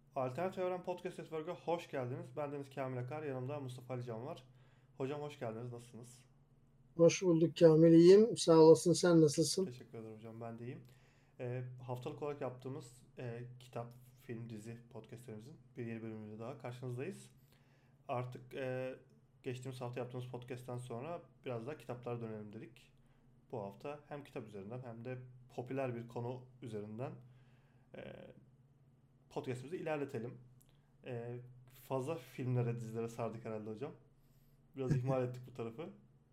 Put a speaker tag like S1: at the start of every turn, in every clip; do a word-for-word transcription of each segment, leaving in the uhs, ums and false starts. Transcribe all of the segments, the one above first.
S1: Alternatif Evren Podcast Network'a hoş geldiniz. Ben Deniz Kamil Akar, yanımda Mustafa Ali Can var. Hocam hoş geldiniz, nasılsınız?
S2: Hoş bulduk Kamil. İyiyim. Sağ olasın. Sen nasılsın?
S1: Teşekkür ederim hocam, ben de iyiyim. Ee, haftalık olarak yaptığımız e, kitap, film, dizi podcastlerimizin bir yeni bölümünde daha karşınızdayız. Artık e, geçtiğimiz hafta yaptığımız podcast'ten sonra biraz daha kitaplara dönelim dedik. Bu hafta hem kitap üzerinden hem de popüler bir konu üzerinden e, podcast'imizi ilerletelim. E, Fazla filmlere, dizilere sardık herhalde hocam. Biraz ihmal ettik bu tarafı.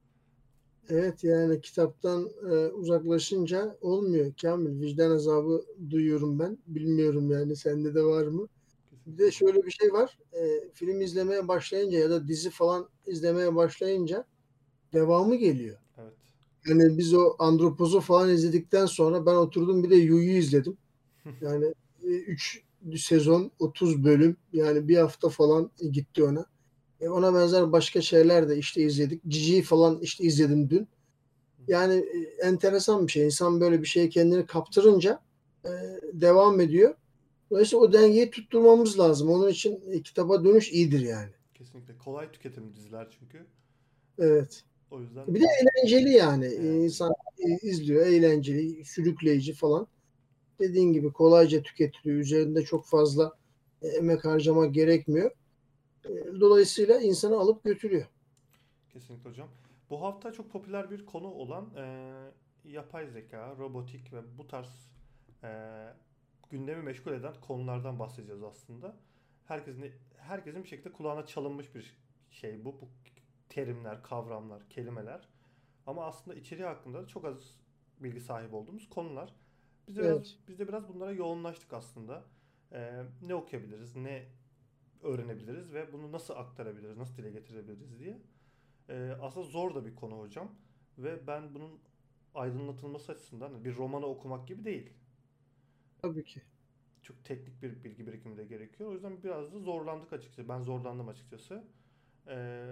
S2: Evet yani kitaptan e, uzaklaşınca olmuyor Kamil. Vicdan azabı duyuyorum ben. Bilmiyorum yani sende de var mı? Bir
S1: Kesinlikle
S2: de
S1: hocam.
S2: şöyle bir şey var. E, film izlemeye başlayınca ya da dizi falan izlemeye başlayınca devamı geliyor.
S1: Evet.
S2: Yani biz o Andropoz'u falan izledikten sonra ben oturdum bir de Yu'yu izledim. Yani üç sezon otuz bölüm yani bir hafta falan gitti ona. E, ona benzer başka şeyler de işte izledik. Cici'yi falan işte izledim dün. Yani e, enteresan bir şey. İnsan böyle bir şeye kendini kaptırınca e, devam ediyor. Dolayısıyla o dengeyi tutturmamız lazım. Onun için e, kitaba dönüş iyidir yani.
S1: Kesinlikle. Kolay tüketim diziler çünkü.
S2: Evet.
S1: O yüzden
S2: Bir de eğlenceli yani. E,
S1: eğlenceli.
S2: İnsan e, izliyor, eğlenceli, sürükleyici falan. Dediğin gibi kolayca tüketiliyor. Üzerinde çok fazla e, emek harcamak gerekmiyor. E, Dolayısıyla insanı alıp götürüyor.
S1: Kesinlikle hocam. Bu hafta çok popüler bir konu olan eee, yapay zeka, robotik ve bu tarz eee, gündemi meşgul eden konulardan bahsedeceğiz aslında. Herkesin herkesin bir şekilde kulağına çalınmış bir şey bu. Bu terimler, kavramlar, kelimeler. Ama aslında içeriği hakkında da çok az bilgi sahibi olduğumuz konular. Biz de biraz
S2: Evet.
S1: biz de biraz bunlara yoğunlaştık aslında. Eee, ne okuyabiliriz, ne öğrenebiliriz ve bunu nasıl aktarabiliriz, nasıl dile getirebiliriz diye. Ee, aslında zor da bir konu hocam. Ve ben bunun aydınlatılması açısından hani bir romanı okumak gibi değil.
S2: Tabii ki.
S1: Çok teknik bir bilgi birikimi de gerekiyor. O yüzden biraz da zorlandık açıkçası. Ben zorlandım açıkçası. Ee,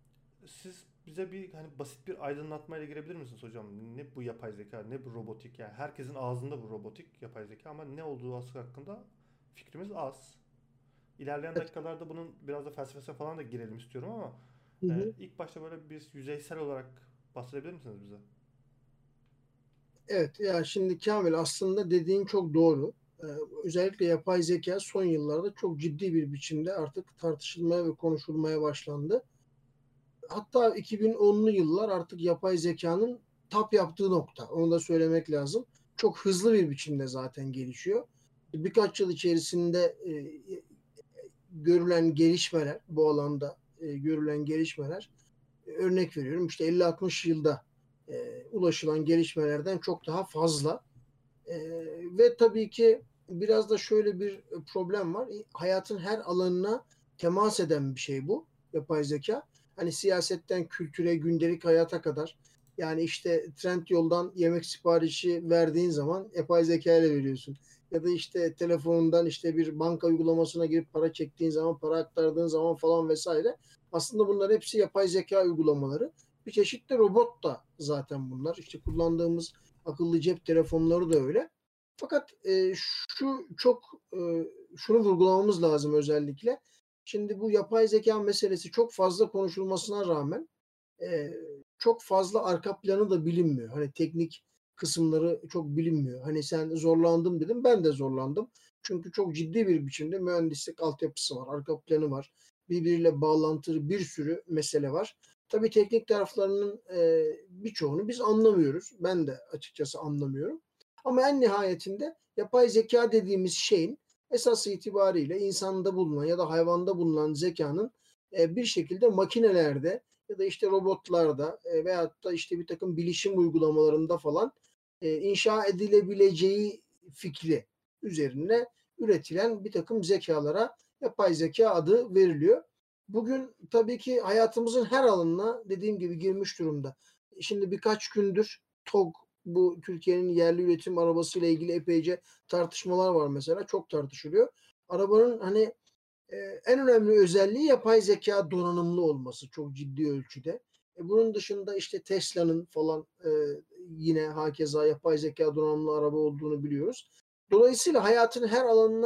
S1: Siz bize bir hani basit bir aydınlatmayla girebilir misiniz hocam? Ne bu yapay zeka, ne bu robotik? Yani herkesin ağzında bu robotik, yapay zeka ama ne olduğu asıl hakkında fikrimiz az. İlerleyen
S2: Evet.
S1: dakikalarda bunun biraz da felsefesine falan da girelim istiyorum ama
S2: Hı
S1: e,
S2: hı.
S1: ilk başta böyle bir yüzeysel olarak bahsedebilir misiniz bize?
S2: Evet ya şimdi Kamil aslında dediğin çok doğru. Ee, özellikle yapay zeka son yıllarda çok ciddi bir biçimde artık tartışılmaya ve konuşulmaya başlandı. Hatta iki bin onlu yıllar artık yapay zekanın tap yaptığı nokta. Onu da söylemek lazım. Çok hızlı bir biçimde zaten gelişiyor. Birkaç yıl içerisinde e, görülen gelişmeler bu alanda e, görülen gelişmeler e, örnek veriyorum işte elli altmış yılda e, ulaşılan gelişmelerden çok daha fazla. Ee, ve tabii ki biraz da şöyle bir problem var. Hayatın her alanına temas eden bir şey bu yapay zeka. Hani siyasetten kültüre, gündelik hayata kadar. Yani işte Trendyol'dan yemek siparişi verdiğin zaman yapay zeka ile veriyorsun. Ya da işte telefonundan işte bir banka uygulamasına girip para çektiğin zaman, para aktardığın zaman falan vesaire. Aslında bunlar hepsi yapay zeka uygulamaları. Bir çeşit de robot da zaten bunlar. İşte kullandığımız akıllı cep telefonları da öyle. Fakat e, şu çok e, şunu vurgulamamız lazım özellikle. Şimdi bu yapay zeka meselesi çok fazla konuşulmasına rağmen e, çok fazla arka planı da bilinmiyor. Hani teknik kısımları çok bilinmiyor. Hani sen zorlandım dedim, ben de zorlandım. Çünkü çok ciddi bir biçimde mühendislik altyapısı var, arka planı var. Birbiriyle bağlantılı bir sürü mesele var. Tabii teknik taraflarının e, birçoğunu biz anlamıyoruz. Ben de açıkçası anlamıyorum. Ama en nihayetinde yapay zeka dediğimiz şeyin esas itibariyle insanda bulunan ya da hayvanda bulunan zekanın e, bir şekilde makinelerde ya da işte robotlarda e, veyahut da işte bir takım bilişim uygulamalarında falan e, inşa edilebileceği fikri üzerine üretilen bir takım zekalara yapay zeka adı veriliyor. Bugün tabii ki hayatımızın her alanına dediğim gibi girmiş durumda. Şimdi birkaç gündür TOG, bu Türkiye'nin yerli üretim arabasıyla ilgili epeyce tartışmalar var mesela. Çok tartışılıyor. Arabanın hani e, en önemli özelliği yapay zeka donanımlı olması çok ciddi ölçüde. E, bunun dışında işte Tesla'nın falan e, yine hakeza yapay zeka donanımlı araba olduğunu biliyoruz. Dolayısıyla hayatın her alanına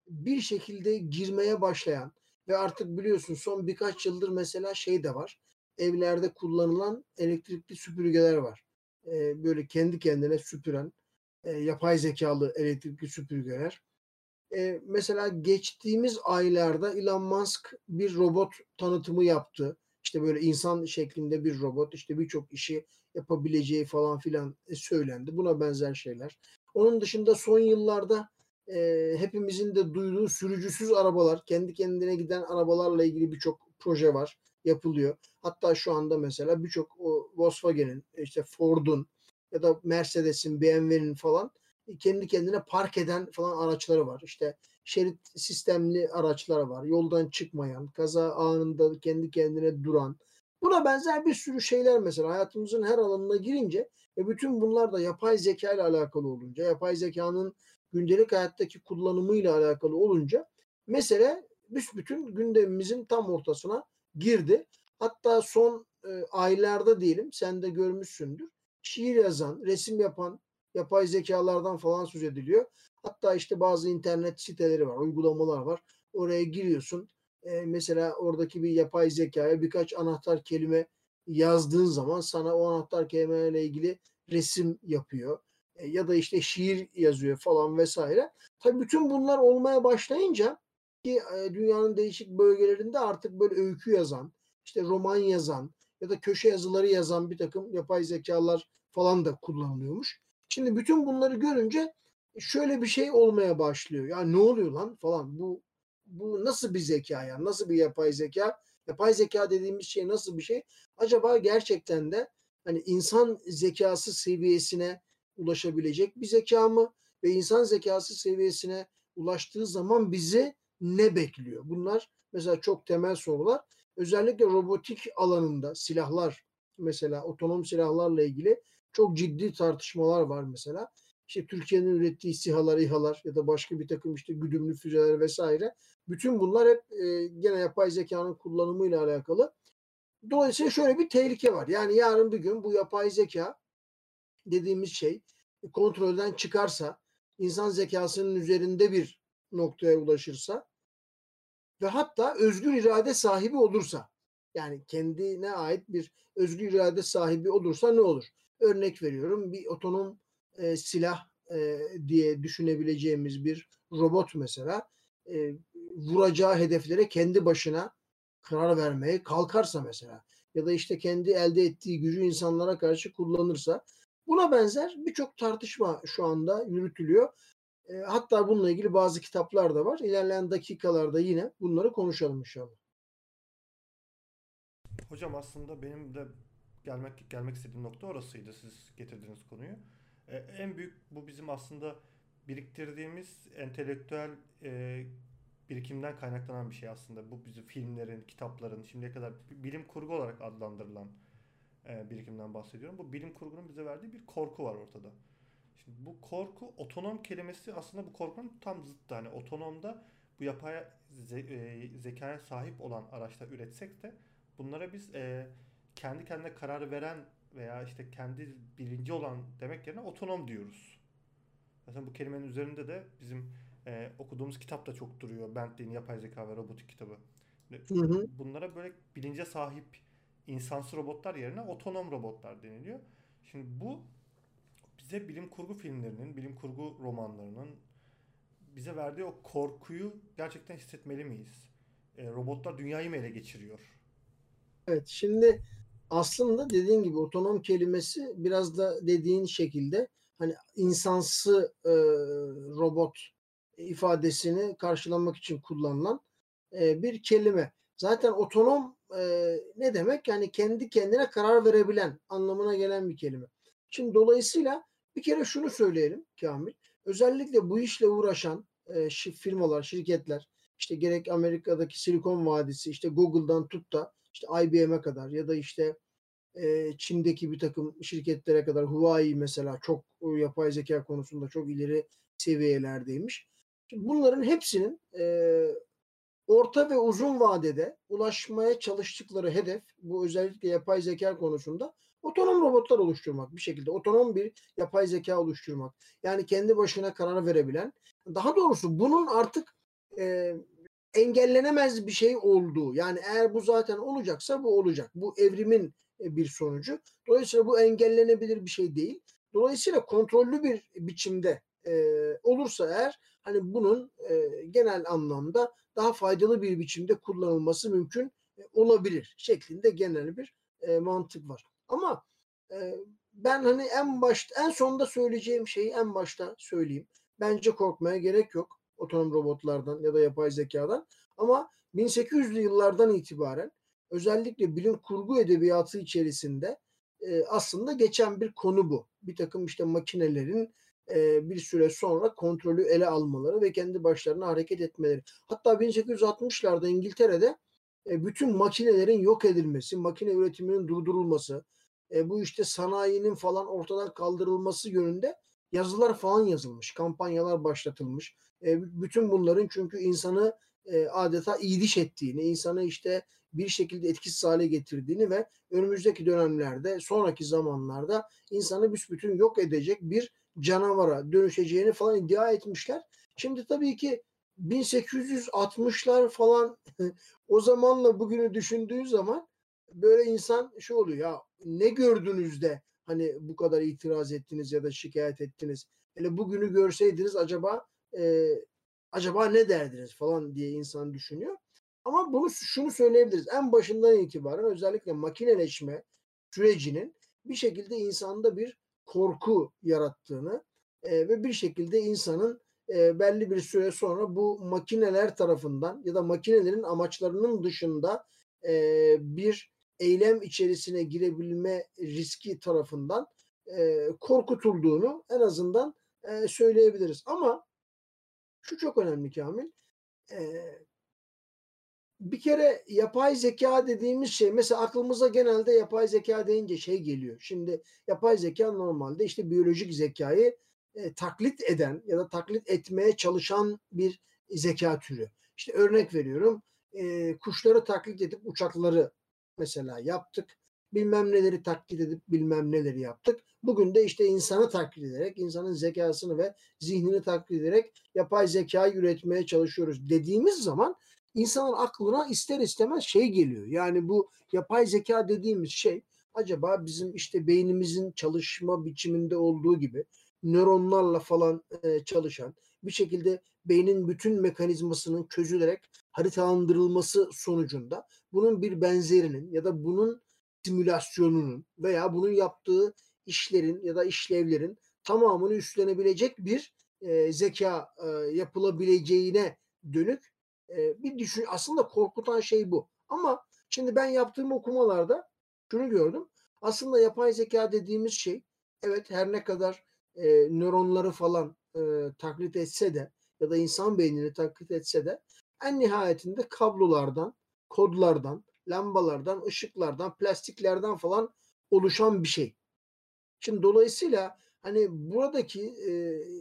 S2: bir şekilde girmeye başlayan ve artık biliyorsun son birkaç yıldır mesela şey de var. Evlerde kullanılan elektrikli süpürgeler var. Ee, böyle kendi kendine süpüren e, yapay zekalı elektrikli süpürgeler. Ee, mesela geçtiğimiz aylarda Elon Musk bir robot tanıtımı yaptı. İşte böyle insan şeklinde bir robot, işte birçok işi yapabileceği falan filan e, söylendi. Buna benzer şeyler. Onun dışında son yıllarda e, hepimizin de duyduğu sürücüsüz arabalar, kendi kendine giden arabalarla ilgili birçok proje var, yapılıyor. Hatta şu anda mesela birçok o Volkswagen'in, işte Ford'un ya da Mercedes'in, B M W'nin falan kendi kendine park eden falan araçları var. İşte şerit sistemli araçlar var. Yoldan çıkmayan, kaza anında kendi kendine duran. Buna benzer bir sürü şeyler mesela hayatımızın her alanına girince ve bütün bunlar da yapay zeka ile alakalı olunca, yapay zekanın gündelik hayattaki kullanımıyla alakalı olunca mesele büsbütün gündemimizin tam ortasına girdi. Hatta son e, aylarda diyelim, sen de görmüşsündür. Şiir yazan, resim yapan yapay zekalardan falan söz ediliyor. Hatta işte bazı internet siteleri var, uygulamalar var. Oraya giriyorsun. E, mesela oradaki bir yapay zekaya birkaç anahtar kelime yazdığın zaman sana o anahtar kelimeyle ilgili resim yapıyor. E, ya da işte şiir yazıyor falan vesaire. Tabii bütün bunlar olmaya başlayınca ki e, dünyanın değişik bölgelerinde artık böyle öykü yazan, işte roman yazan ya da köşe yazıları yazan bir takım yapay zekalar falan da kullanılıyormuş. Şimdi bütün bunları görünce şöyle bir şey olmaya başlıyor. Ya ne oluyor lan falan. Bu bu nasıl bir zeka ya? Nasıl bir yapay zeka? Yapay zeka dediğimiz şey nasıl bir şey? Acaba gerçekten de hani insan zekası seviyesine ulaşabilecek bir zeka mı? Ve insan zekası seviyesine ulaştığı zaman bizi ne bekliyor? Bunlar mesela çok temel sorular. Özellikle robotik alanında silahlar, mesela otonom silahlarla ilgili çok ciddi tartışmalar var mesela. İşte Türkiye'nin ürettiği SİHA'lar, İHA'lar ya da başka bir takım işte güdümlü füzeler vesaire. Bütün bunlar hep e, gene yapay zekanın kullanımıyla alakalı. Dolayısıyla şöyle bir tehlike var. Yani yarın bir gün bu yapay zeka dediğimiz şey kontrolden çıkarsa, insan zekasının üzerinde bir noktaya ulaşırsa ve hatta özgür irade sahibi olursa, yani kendine ait bir özgür irade sahibi olursa ne olur? Örnek veriyorum, bir otonom e, silah e, diye düşünebileceğimiz bir robot mesela e, vuracağı hedeflere kendi başına karar vermeye kalkarsa mesela ya da işte kendi elde ettiği gücü insanlara karşı kullanırsa, buna benzer birçok tartışma şu anda yürütülüyor. E, hatta bununla ilgili bazı kitaplar da var. İlerleyen dakikalarda yine bunları konuşalım inşallah.
S1: Hocam aslında benim de gelmek gelmek istediğim nokta orasıydı siz getirdiğiniz konuyu. Ee, en büyük bu bizim aslında biriktirdiğimiz entelektüel e, birikimden kaynaklanan bir şey aslında. Bu bizim filmlerin, kitapların şimdiye kadar bilim kurgu olarak adlandırılan e, birikimden bahsediyorum. Bu bilim kurgunun bize verdiği bir korku var ortada. Şimdi bu korku, otonom kelimesi aslında bu korkunun tam zıttı. Hani otonomda bu yapay ze- e, zekaya sahip olan araçlar üretsek de bunlara biz e, kendi kendine karar veren veya işte kendi bilinci olan demek yerine otonom diyoruz. Mesela bu kelimenin üzerinde de bizim e, okuduğumuz kitap da çok duruyor. Bentley'in Yapay Zeka ve Robotik kitabı.
S2: Hı hı.
S1: Bunlara böyle bilince sahip insansı robotlar yerine otonom robotlar deniliyor. Şimdi bu bize bilim kurgu filmlerinin, bilim kurgu romanlarının bize verdiği o korkuyu gerçekten hissetmeli miyiz? E, robotlar dünyayı mı ele geçiriyor?
S2: Evet, şimdi aslında dediğin gibi otonom kelimesi biraz da dediğin şekilde hani insansı e, robot ifadesini karşılamak için kullanılan e, bir kelime. Zaten otonom e, ne demek? Yani kendi kendine karar verebilen anlamına gelen bir kelime. Şimdi dolayısıyla bir kere şunu söyleyelim Kamil. Özellikle bu işle uğraşan e, şi- firmalar, şirketler, işte gerek Amerika'daki Silikon Vadisi, işte Google'dan tut da işte I B M'e kadar ya da işte e, Çin'deki bir takım şirketlere kadar, Huawei mesela çok o yapay zeka konusunda çok ileri seviyelerdeymiş. Şimdi bunların hepsinin e, orta ve uzun vadede ulaşmaya çalıştıkları hedef, bu özellikle yapay zeka konusunda otonom robotlar oluşturmak, bir şekilde otonom bir yapay zeka oluşturmak. Yani kendi başına karar verebilen, daha doğrusu bunun artık e, engellenemez bir şey olduğu. Yani eğer bu zaten olacaksa bu olacak. Bu evrimin e, bir sonucu. Dolayısıyla bu engellenebilir bir şey değil. Dolayısıyla kontrollü bir biçimde e, olursa eğer hani bunun e, genel anlamda daha faydalı bir biçimde kullanılması mümkün e, olabilir şeklinde genel bir e, mantık var. Ama e, ben hani en başta en sonda söyleyeceğim şeyi en başta söyleyeyim. Bence korkmaya gerek yok otonom robotlardan ya da yapay zekadan. Ama bin sekiz yüzlü yıllardan itibaren özellikle bilim kurgu edebiyatı içerisinde e, aslında geçen bir konu bu. Bir takım işte makinelerin e, bir süre sonra kontrolü ele almaları ve kendi başlarına hareket etmeleri. Hatta bin sekiz yüz altmışlarda İngiltere'de e, bütün makinelerin yok edilmesi, makine üretiminin durdurulması, e, bu işte sanayinin falan ortadan kaldırılması yönünde yazılar falan yazılmış, kampanyalar başlatılmış. E, bütün bunların çünkü insanı e, adeta iyiliş ettiğini, insanı işte bir şekilde etkisiz hale getirdiğini ve önümüzdeki dönemlerde, sonraki zamanlarda insanı büsbütün yok edecek bir canavara dönüşeceğini falan iddia etmişler. Şimdi tabii ki bin sekiz yüz altmışlar falan o zamanla bugünü düşündüğü zaman böyle insan şu oluyor ya ne gördünüz de hani bu kadar itiraz ettiniz ya da şikayet ettiniz. Hele bugünü görseydiniz acaba e, acaba ne derdiniz falan diye insan düşünüyor. Ama bunu şunu söyleyebiliriz. En başından itibaren özellikle makineleşme sürecinin bir şekilde insanda bir korku yarattığını e, ve bir şekilde insanın e, belli bir süre sonra bu makineler tarafından ya da makinelerin amaçlarının dışında e, bir eylem içerisine girebilme riski tarafından e, korkutulduğunu en azından e, söyleyebiliriz. Ama şu çok önemli Kamil. E, bir kere yapay zeka dediğimiz şey mesela aklımıza genelde yapay zeka deyince şey geliyor. Şimdi yapay zeka normalde işte biyolojik zekayı e, taklit eden ya da taklit etmeye çalışan bir zeka türü. İşte örnek veriyorum e, kuşları taklit edip uçakları mesela yaptık. Bilmem neleri taklit edip bilmem neleri yaptık. Bugün de işte insanı taklit ederek, insanın zekasını ve zihnini taklit ederek yapay zekayı üretmeye çalışıyoruz dediğimiz zaman insanın aklına ister istemez şey geliyor. Yani bu yapay zeka dediğimiz şey acaba bizim işte beynimizin çalışma biçiminde olduğu gibi nöronlarla falan e, çalışan bir şekilde beynin bütün mekanizmasının çözülerek haritalandırılması sonucunda bunun bir benzerinin ya da bunun simülasyonunun veya bunun yaptığı işlerin ya da işlevlerin tamamını üstlenebilecek bir e, zeka e, yapılabileceğine dönük e, bir düşün. Aslında korkutan şey bu. Ama şimdi ben yaptığım okumalarda şunu gördüm. Aslında yapay zeka dediğimiz şey evet her ne kadar e, nöronları falan e, taklit etse de ya da insan beynini taklit etse de en nihayetinde kablolardan, kodlardan, lambalardan, ışıklardan, plastiklerden falan oluşan bir şey. Şimdi dolayısıyla hani buradaki e,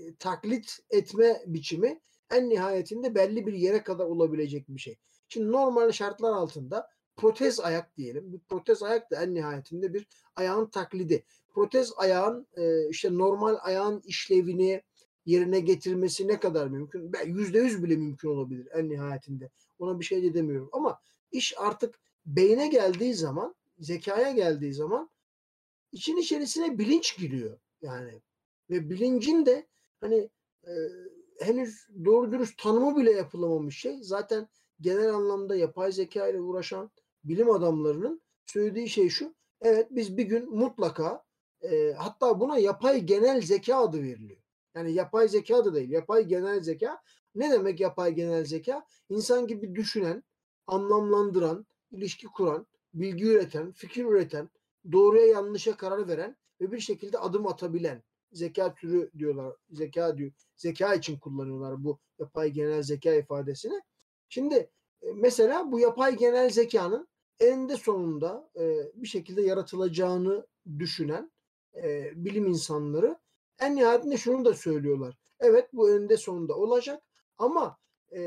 S2: taklit etme biçimi en nihayetinde belli bir yere kadar olabilecek bir şey. Şimdi normal şartlar altında protez ayak diyelim. Bir protez ayak da en nihayetinde bir ayağın taklidi. Protez ayağın e, işte normal ayağın işlevini yerine getirmesi ne kadar mümkün? Yüzde yüz bile mümkün olabilir en nihayetinde. Ona bir şey de demiyorum. Ama iş artık beyne geldiği zaman, zekaya geldiği zaman için içerisine bilinç giriyor yani. Ve bilincin de hani e, henüz doğru dürüst tanımı bile yapılamamış şey. Zaten genel anlamda yapay zeka ile uğraşan bilim adamlarının söylediği şey şu. Evet biz bir gün mutlaka e, hatta buna yapay genel zeka adı veriliyor. Yani yapay zeka da değil. Yapay genel zeka. Ne demek yapay genel zeka? İnsan gibi düşünen, anlamlandıran, ilişki kuran, bilgi üreten, fikir üreten, doğruya yanlışa karar veren ve bir şekilde adım atabilen zeka türü diyorlar. Zeka diyor. Zeka için kullanıyorlar bu yapay genel zeka ifadesini. Şimdi e, mesela bu yapay genel zekanın eninde sonunda e, bir şekilde yaratılacağını düşünen e, bilim insanları en nihayetinde şunu da söylüyorlar. Evet bu eninde sonunda olacak ama e,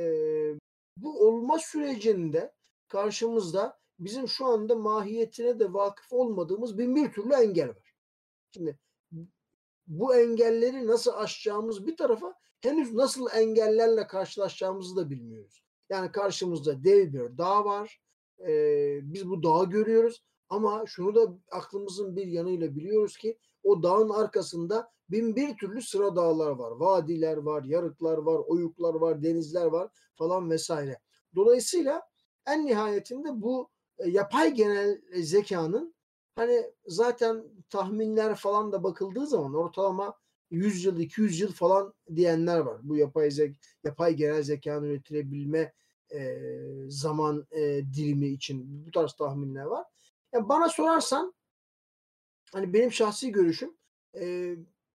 S2: bu olma sürecinde karşımızda bizim şu anda mahiyetine de vakıf olmadığımız bin bir türlü engel var. Şimdi bu engelleri nasıl aşacağımız bir tarafa henüz nasıl engellerle karşılaşacağımızı da bilmiyoruz. Yani karşımızda dev bir dağ var. Ee, biz bu dağı görüyoruz ama şunu da aklımızın bir yanıyla biliyoruz ki o dağın arkasında bin bir türlü sıra dağlar var. Vadiler var, yarıklar var, oyuklar var, denizler var falan vesaire. Dolayısıyla en nihayetinde bu e, yapay genel zekanın hani zaten tahminler falan da bakıldığı zaman ortalama yüz yıl, iki yüz yıl falan diyenler var. Bu yapay zek yapay genel zekanın üretilebilme e, zaman e, dilimi için bu tarz tahminler var. Yani bana sorarsan hani benim şahsi görüşüm e,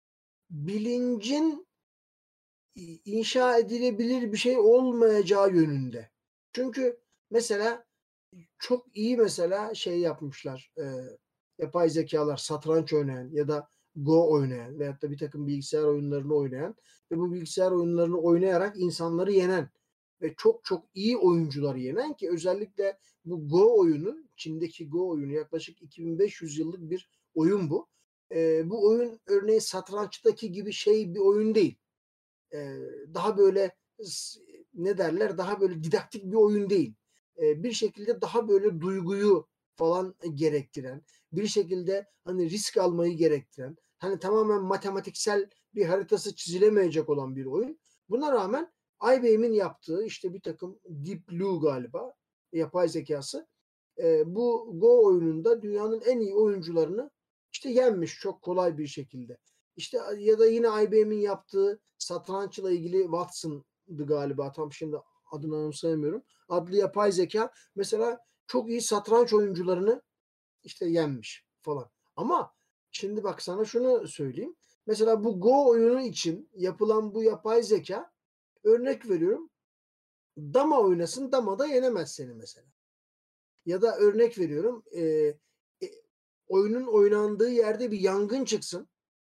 S2: bilincin inşa edilebilir bir şey olmayacağı yönünde. Çünkü mesela çok iyi mesela şey yapmışlar. E, yapay zekalar satranç oynayan ya da Go oynayan veyahut da bir takım bilgisayar oyunlarını oynayan ve bu bilgisayar oyunlarını oynayarak insanları yenen ve çok çok iyi oyuncuları yenen ki özellikle bu Go oyunu, Çin'deki Go oyunu yaklaşık iki bin beş yüz yıllık bir oyun bu. E, bu oyun örneğin satrançtaki gibi şey bir oyun değil. E, daha böyle ne derler daha böyle didaktik bir oyun değil. E, bir şekilde daha böyle duyguyu falan gerektiren, bir şekilde hani risk almayı gerektiren, hani tamamen matematiksel bir haritası çizilemeyecek olan bir oyun. Buna rağmen I B M'in yaptığı işte bir takım Deep Blue galiba yapay zekası e, bu Go oyununda dünyanın en iyi oyuncularını işte yenmiş çok kolay bir şekilde. İşte ya da yine I B M'in yaptığı satrançla ilgili Watson'dı galiba tam şimdi adını anımsayamıyorum. Adlı yapay zeka mesela çok iyi satranç oyuncularını işte yenmiş falan. Ama şimdi bak sana şunu söyleyeyim. Mesela bu Go oyunu için yapılan bu yapay zeka örnek veriyorum. Dama oynasın, damada yenemez seni mesela. Ya da örnek veriyorum e, e, oyunun oynandığı yerde bir yangın çıksın.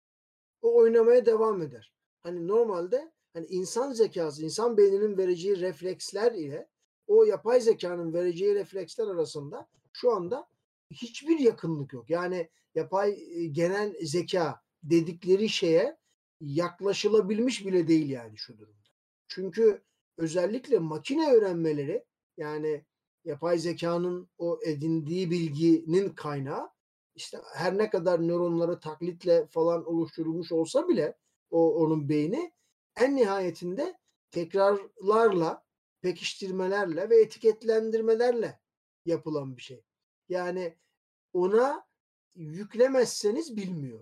S2: O oynamaya devam eder. Hani normalde hani insan zekası, insan beyninin vereceği refleksler ile o yapay zekanın vereceği refleksler arasında şu anda hiçbir yakınlık yok. Yani yapay e, genel zeka dedikleri şeye yaklaşılabilmiş bile değil yani şu durumda. Çünkü özellikle makine öğrenmeleri yani yapay zekanın o edindiği bilginin kaynağı işte her ne kadar nöronları taklitle falan oluşturulmuş olsa bile o onun beyni en nihayetinde tekrarlarla, pekiştirmelerle ve etiketlendirmelerle yapılan bir şey. Yani ona yüklemezseniz bilmiyor.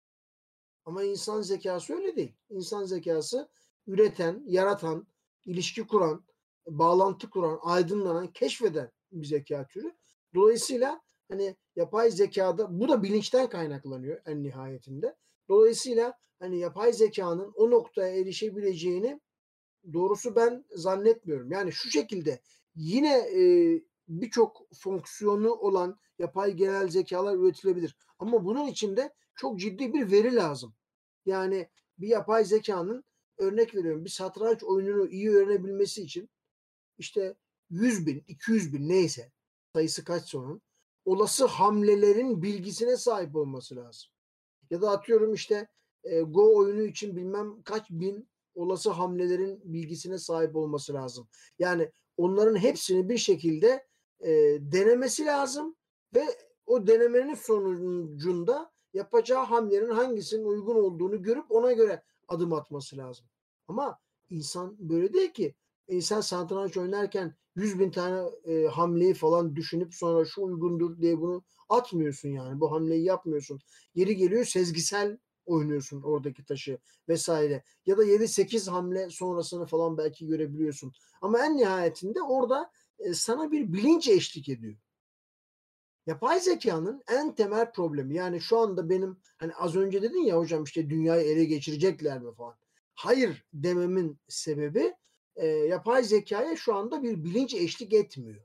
S2: Ama insan zekası öyle değil. İnsan zekası üreten, yaratan, ilişki kuran, bağlantı kuran, aydınlanan, keşfeden bir zeka türü. Dolayısıyla hani yapay zekada bu da bilinçten kaynaklanıyor en nihayetinde. Dolayısıyla hani yapay zekanın o noktaya erişebileceğini doğrusu ben zannetmiyorum. Yani şu şekilde yine e, birçok fonksiyonu olan yapay genel zekalar üretilebilir. Ama bunun için de çok ciddi bir veri lazım. Yani bir yapay zekanın örnek veriyorum bir satranç oyununu iyi öğrenebilmesi için işte yüz bin, iki yüz bin neyse sayısı kaçsa onun olası hamlelerin bilgisine sahip olması lazım. Ya da atıyorum işte e, Go oyunu için bilmem kaç bin olası hamlelerin bilgisine sahip olması lazım. Yani onların hepsini bir şekilde e, denemesi lazım ve o denemenin sonucunda yapacağı hamlenin hangisinin uygun olduğunu görüp ona göre adım atması lazım. Ama insan böyle değil ki. İnsan satranç oynarken yüz bin tane e, hamleyi falan düşünüp sonra şu uygundur diye bunu atmıyorsun yani. Bu hamleyi yapmıyorsun. Yeri geliyor sezgisel oynuyorsun oradaki taşı vesaire. Ya da yedi sekiz hamle sonrasını falan belki görebiliyorsun. Ama en nihayetinde orada e, sana bir bilinç eşlik ediyor. Yapay zekanın en temel problemi yani şu anda benim hani az önce dedin ya hocam işte dünyayı ele geçirecekler mi falan. Hayır dememin sebebi e, yapay zekaya şu anda bir bilinç eşlik etmiyor.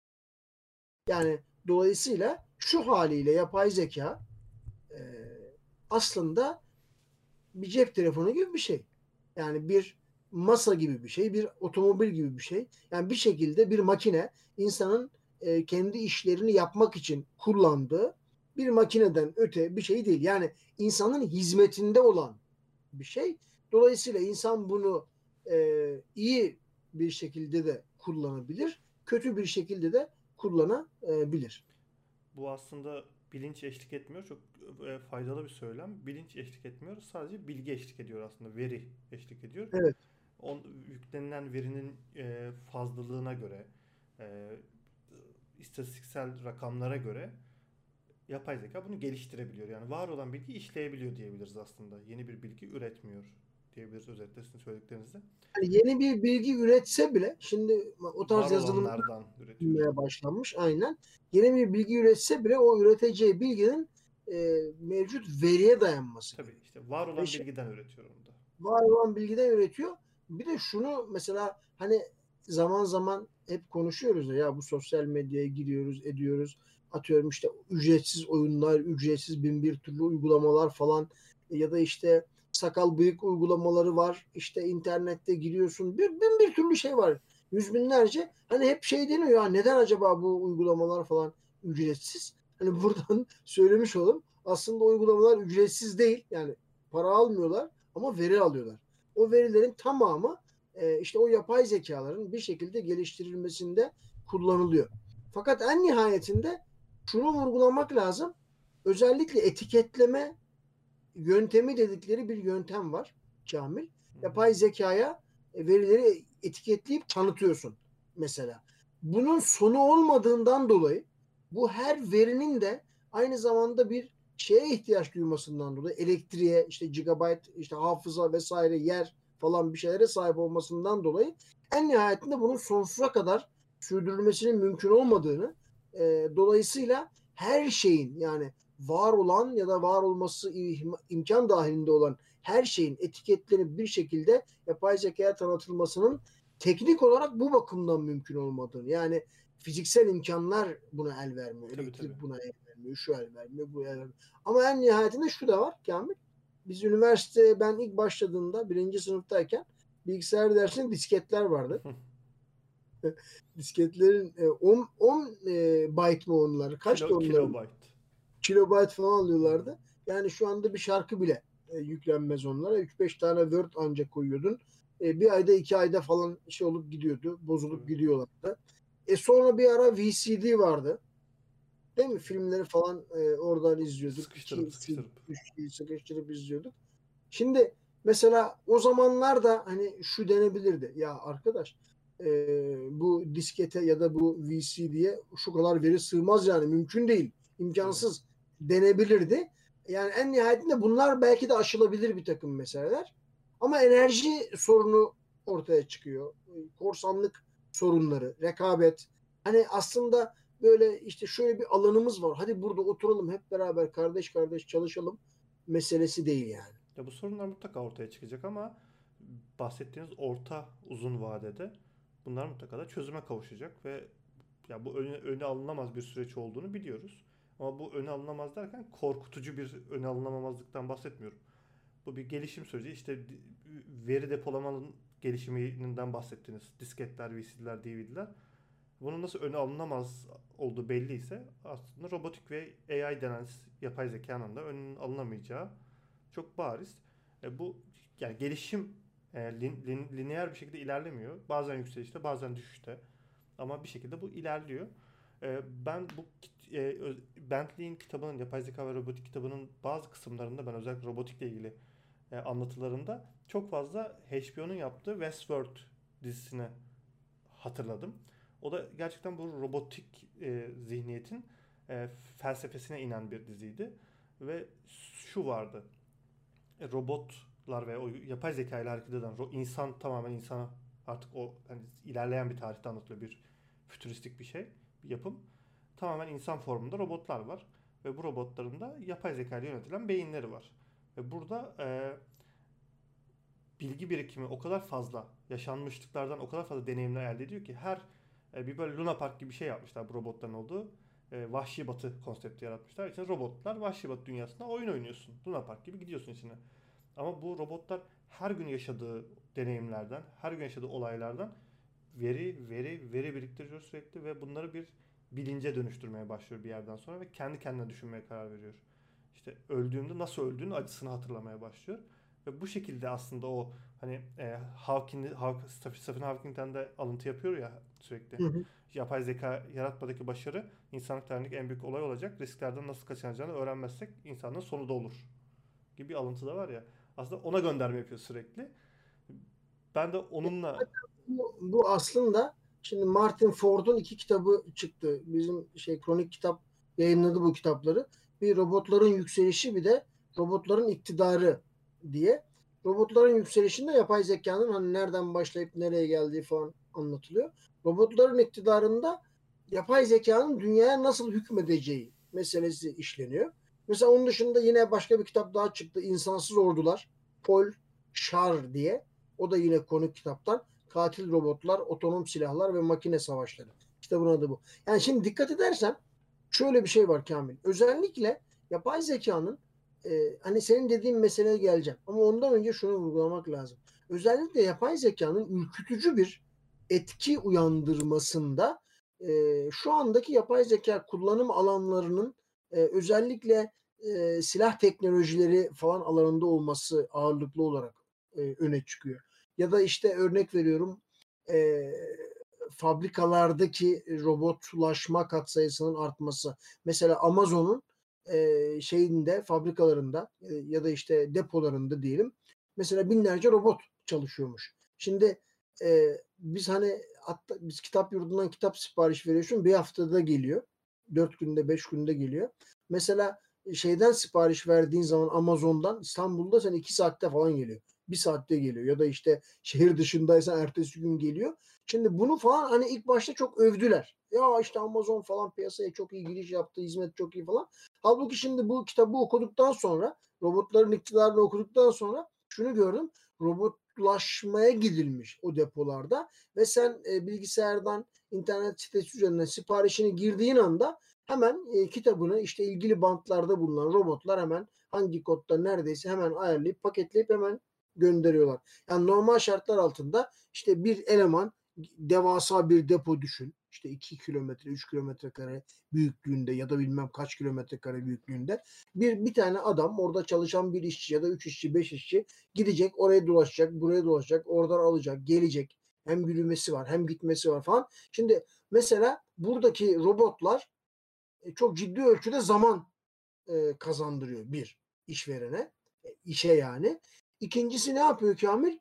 S2: Yani dolayısıyla şu haliyle yapay zeka e, aslında bir cep telefonu gibi bir şey. Yani bir masa gibi bir şey, bir otomobil gibi bir şey. Yani bir şekilde bir makine insanın e, kendi işlerini yapmak için kullandığı bir makineden öte bir şey değil. Yani insanın hizmetinde olan bir şey Dolayısıyla insan bunu e, iyi bir şekilde de kullanabilir, kötü bir şekilde de kullanabilir.
S1: Bu aslında bilinç eşlik etmiyor. Çok e, faydalı bir söylem. Bilinç eşlik etmiyor. Sadece bilgi eşlik ediyor aslında. Veri eşlik ediyor.
S2: Evet.
S1: On, yüklenilen verinin e, fazlalığına göre, e, istatistiksel rakamlara göre yapay zeka bunu geliştirebiliyor. Yani var olan bilgi işleyebiliyor diyebiliriz aslında. Yeni bir bilgi üretmiyor diyebiliriz özetle sizin söylediklerinizde.
S2: Yani yeni bir bilgi üretse bile, şimdi o
S1: Var
S2: tarz yazılımlar
S1: olanlardan üretiyor diye.
S2: yapılmaya başlanmış aynen. Yeni bir bilgi üretse bile o üreteceği bilginin e, mevcut veriye dayanması
S1: Tabii
S2: gerekiyor.
S1: işte var
S2: Ve
S1: olan
S2: şey,
S1: bilgiden üretiyor onu da.
S2: var olan bilgiden üretiyor. Bir de şunu mesela, hani zaman zaman hep konuşuyoruz ya, ya bu sosyal medyaya giriyoruz, ediyoruz. Atıyorum işte ücretsiz oyunlar, ücretsiz bin bir türlü uygulamalar falan, ya da işte sakal bıyık uygulamaları var. İşte internette giriyorsun. Bir, bin bir türlü şey var. Yüz binlerce. Hani hep şey deniyor ya, neden acaba bu uygulamalar falan ücretsiz? Hani buradan söylemiş olalım. Aslında uygulamalar ücretsiz değil. Yani para almıyorlar ama veri alıyorlar. O verilerin tamamı e, işte o yapay zekaların bir şekilde geliştirilmesinde kullanılıyor. Fakat en nihayetinde şunu vurgulamak lazım. Özellikle etiketleme yöntemi dedikleri bir yöntem var Kamil.
S1: Hı hı.
S2: Yapay zekaya e, verileri etiketleyip tanıtıyorsun mesela. Bunun sonu olmadığından dolayı bu her verinin de aynı zamanda bir şeye ihtiyaç duymasından dolayı, elektriğe, işte gigabyte, işte hafıza vesaire, yer falan bir şeylere sahip olmasından dolayı en nihayetinde bunun sonsuza kadar sürdürülmesinin mümkün olmadığını, e, dolayısıyla her şeyin, yani var olan ya da var olması imkan dahilinde olan her şeyin etiketlenip bir şekilde yapay zekaya tanıtılmasının teknik olarak bu bakımdan mümkün olmadığını, yani fiziksel imkanlar buna el vermiyor.
S1: Tabii tabii.
S2: Elektrik buna el vermiyor. Şu el vermiyor, bu el vermiyor. Ama en nihayetinde şu da var Kamil. Biz üniversite, ben ilk başladığımda birinci sınıftayken bilgisayar dersinde disketler vardı. Disketlerin e, on, on e, byte mı onlar? Kaçtı
S1: Kilo,
S2: onların?
S1: kilobayt.
S2: Kilobayt falan
S1: Hı.
S2: alıyorlardı. Yani şu anda bir şarkı bile e, yüklenmez onlara. üç beş tane Word ancak koyuyordun. E, bir ayda iki ayda falan şey olup gidiyordu. Bozulup
S1: Tabii.
S2: gidiyorlardı. E sonra bir ara V C D vardı. Değil mi? Filmleri falan e, oradan izliyorduk.
S1: Sıkıştırıp
S2: iki C D,
S1: sıkıştırıp.
S2: üç C D sıkıştırıp izliyorduk. Şimdi mesela o zamanlar da hani şu denebilirdi. Ya arkadaş, e, bu diskete ya da bu V C D'ye şu kadar veri sığmaz, yani mümkün değil.
S1: Tabii.
S2: İmkansız denebilirdi. Yani en nihayetinde bunlar belki de aşılabilir bir takım meseleler. Ama enerji sorunu ortaya çıkıyor. Korsanlık sorunları, rekabet. Hani aslında böyle işte şöyle bir alanımız var. Hadi burada oturalım hep beraber kardeş kardeş çalışalım meselesi değil yani.
S1: Ya bu sorunlar mutlaka ortaya çıkacak ama bahsettiğiniz orta uzun vadede bunlar mutlaka da çözüme kavuşacak ve ya bu öne, öne alınamaz bir süreç olduğunu biliyoruz. Ama bu öne alınamaz derken korkutucu bir öne alınamamazlıktan bahsetmiyorum. Bu bir gelişim süreci. İşte veri depolamanın gelişiminden bahsettiniz. Disketler, V C D'ler, D V D'ler. Bunun nasıl öne alınamaz olduğu belliyse aslında robotik ve A I denen yapay zekanın da önünün alınamayacağı çok bariz. E, bu yani gelişim e, lin, lin, lineer bir şekilde ilerlemiyor. Bazen yükselişte, bazen düşüşte. Ama bir şekilde bu ilerliyor. E, ben bu e, Bentley'in kitabının, yapay zeka ve robotik kitabının bazı kısımlarında ben özellikle robotikle ilgili e, anlatılarında çok fazla H B O'nun yaptığı Westworld dizisini hatırladım. O da gerçekten bu robotik e, zihniyetin e, felsefesine inen bir diziydi. Ve şu vardı. E, robotlar ve o yapay zeka ile hareket eden insan tamamen insana artık o hani ilerleyen bir tarihte anlatılıyor bir fütüristik bir şey, bir yapım. Tamamen insan formunda robotlar var ve bu robotların da yapay zeka ile yönetilen beyinleri var. Ve burada e, bilgi birikimi o kadar fazla, yaşanmışlıklardan o kadar fazla deneyimler elde ediyor ki her e, bir böyle Luna Park gibi bir şey yapmışlar bu robotların olduğu. E, Vahşi Batı konsepti yaratmışlar. İçinde robotlar Vahşi Batı dünyasında oyun oynuyorsun. Luna Park gibi gidiyorsun içine. Ama bu robotlar her gün yaşadığı deneyimlerden, her gün yaşadığı olaylardan veri, veri, veri biriktiriyor sürekli ve bunları bir bilince dönüştürmeye başlıyor bir yerden sonra ve kendi kendine düşünmeye karar veriyor. İşte öldüğünde nasıl öldüğünün acısını hatırlamaya başlıyor. Ve bu şekilde aslında o hani e, Hawking, Hawk, Stephen Hawking'den de alıntı yapıyor ya sürekli.
S2: Hı hı.
S1: Yapay zeka yaratmadaki başarı insanlık tarihindeki en büyük olay olacak. Risklerden nasıl kaçınacağını öğrenmezsek insanlığın sonu da olur gibi bir alıntı da var ya. Aslında ona gönderme yapıyor sürekli. Ben de onunla
S2: Bu, bu aslında şimdi Martin Ford'un iki kitabı çıktı. Bizim şey kronik kitap yayınladı bu kitapları. Bir robotların yükselişi bir de robotların iktidarı diye. Robotların yükselişinde yapay zekanın hani nereden başlayıp nereye geldiği falan anlatılıyor. Robotların iktidarında yapay zekanın dünyaya nasıl hükmedeceği meselesi işleniyor. Mesela onun dışında yine başka bir kitap daha çıktı. İnsansız Ordular. Paul Char diye. O da yine konuk kitaptan. Katil robotlar, otonom silahlar ve makine savaşları. Kitabın adı bu. Yani şimdi dikkat edersen şöyle bir şey var Kamil. Özellikle yapay zekanın e, hani senin dediğin meseleye geleceğim. Ama ondan önce şunu vurgulamak lazım. Özellikle yapay zekanın ürkütücü bir etki uyandırmasında e, şu andaki yapay zeka kullanım alanlarının e, özellikle e, silah teknolojileri falan alanında olması ağırlıklı olarak e, öne çıkıyor. Ya da işte örnek veriyorum e, fabrikalardaki robotlaşma katsayısının artması. Mesela Amazon'un e, şeyinde fabrikalarında e, ya da işte depolarında diyelim mesela binlerce robot çalışıyormuş. Şimdi e, biz hani hatta biz kitap yurdundan kitap sipariş veriyorsun bir haftada geliyor. Dört günde beş günde geliyor. Mesela şeyden sipariş verdiğin zaman Amazon'dan İstanbul'da sen iki saatte falan geliyor. Bir saatte geliyor ya da işte şehir dışındaysan ertesi gün geliyor. Şimdi bunu falan hani ilk başta çok övdüler. Ya işte Amazon falan piyasaya çok iyi giriş yaptı, hizmet çok iyi falan. Halbuki şimdi bu kitabı okuduktan sonra, robotların iktidarını okuduktan sonra şunu gördüm. Robotlaşmaya gidilmiş o depolarda ve sen e, bilgisayardan internet sitesi üzerinden siparişini girdiğin anda hemen e, kitabını işte ilgili bantlarda bulunan robotlar hemen hangi kodda neredeyse hemen ayarlayıp paketleyip hemen gönderiyorlar. Yani normal şartlar altında işte bir eleman devasa bir depo düşün. İşte iki kilometre, üç kilometre kare büyüklüğünde ya da bilmem kaç kilometre kare büyüklüğünde bir bir tane adam orada çalışan bir işçi ya da üç işçi, beş işçi gidecek, oraya dolaşacak, buraya dolaşacak, oradan alacak, gelecek. Hem yürümesi var, hem gitmesi var falan. Şimdi mesela buradaki robotlar e, çok ciddi ölçüde zaman e, kazandırıyor bir işverene, e, işe yani. İkincisi ne yapıyor Kamil?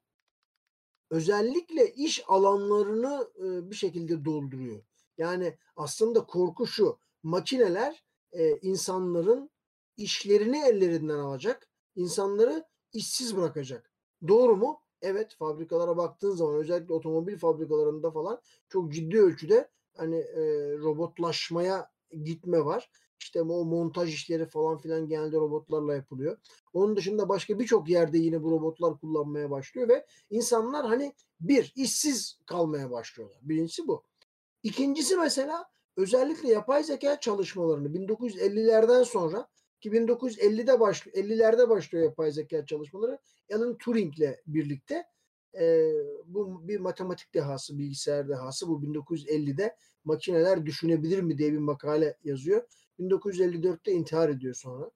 S2: Özellikle iş alanlarını e, bir şekilde dolduruyor. Yani aslında korku şu, makineler e, insanların işlerini ellerinden alacak, insanları işsiz bırakacak. Doğru mu? Evet, fabrikalara baktığın zaman özellikle otomobil fabrikalarında falan çok ciddi ölçüde hani e, robotlaşmaya gitme var. İşte o montaj işleri falan filan genelde robotlarla yapılıyor. Onun dışında başka birçok yerde yine bu robotlar kullanmaya başlıyor ve insanlar hani bir, işsiz kalmaya başlıyorlar. Birincisi bu. İkincisi mesela özellikle yapay zeka çalışmalarını bin dokuz yüz ellilerden sonra ki bin dokuz yüz ellide başlıyor, ellilerde başlıyor yapay zeka çalışmaları Alan Turing'le birlikte e, bu bir matematik dehası, bilgisayar dehası. Bu bin dokuz yüz ellide makineler düşünebilir mi diye bir makale yazıyor. bin dokuz yüz elli dörtte intihar ediyor sonra.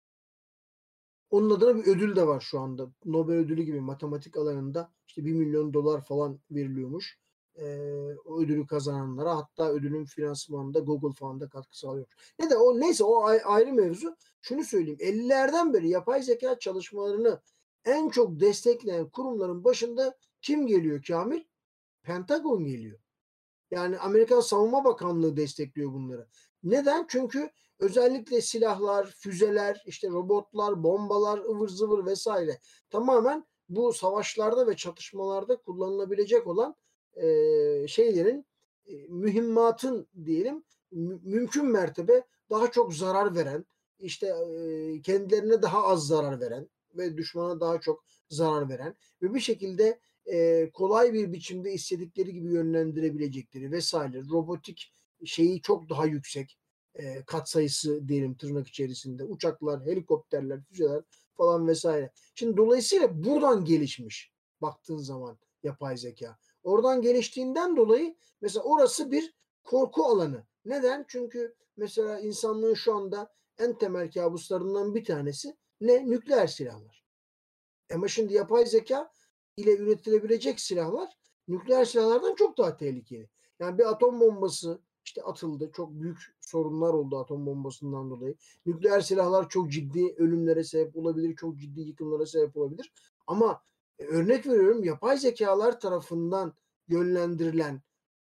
S2: Onun adına bir ödül de var şu anda. Nobel ödülü gibi matematik alanında işte bir milyon dolar falan veriliyormuş. Ee, o ödülü kazananlara hatta ödülün finansmanında Google falan da katkı sağlıyor. Ne de o neyse o ayrı mevzu. Şunu söyleyeyim. ellilerden beri yapay zeka çalışmalarını en çok destekleyen kurumların başında kim geliyor Kamil? Pentagon geliyor. Yani Amerikan Savunma Bakanlığı destekliyor bunları. Neden? Çünkü özellikle silahlar, füzeler, işte robotlar, bombalar, ıvır zıvır vesaire tamamen bu savaşlarda ve çatışmalarda kullanılabilecek olan e, şeylerin e, mühimmatın diyelim mü- mümkün mertebe daha çok zarar veren, işte e, kendilerine daha az zarar veren ve düşmana daha çok zarar veren ve bir şekilde e, kolay bir biçimde istedikleri gibi yönlendirebilecekleri vesaire robotik şeyi çok daha yüksek e, katsayısı diyelim tırnak içerisinde uçaklar, helikopterler, füzeler falan vesaire. Şimdi dolayısıyla buradan gelişmiş baktığın zaman yapay zeka. Oradan geliştiğinden dolayı mesela orası bir korku alanı. Neden? Çünkü mesela insanlığın şu anda en temel kabuslarından bir tanesi ne? Nükleer silahlar. Ama şimdi yapay zeka ile üretilebilecek silahlar nükleer silahlardan çok daha tehlikeli. Yani bir atom bombası işte atıldı. Çok büyük sorunlar oldu atom bombasından dolayı. Nükleer silahlar çok ciddi ölümlere sebep olabilir. Çok ciddi yıkımlara sebep olabilir. Ama e, örnek veriyorum yapay zekalar tarafından yönlendirilen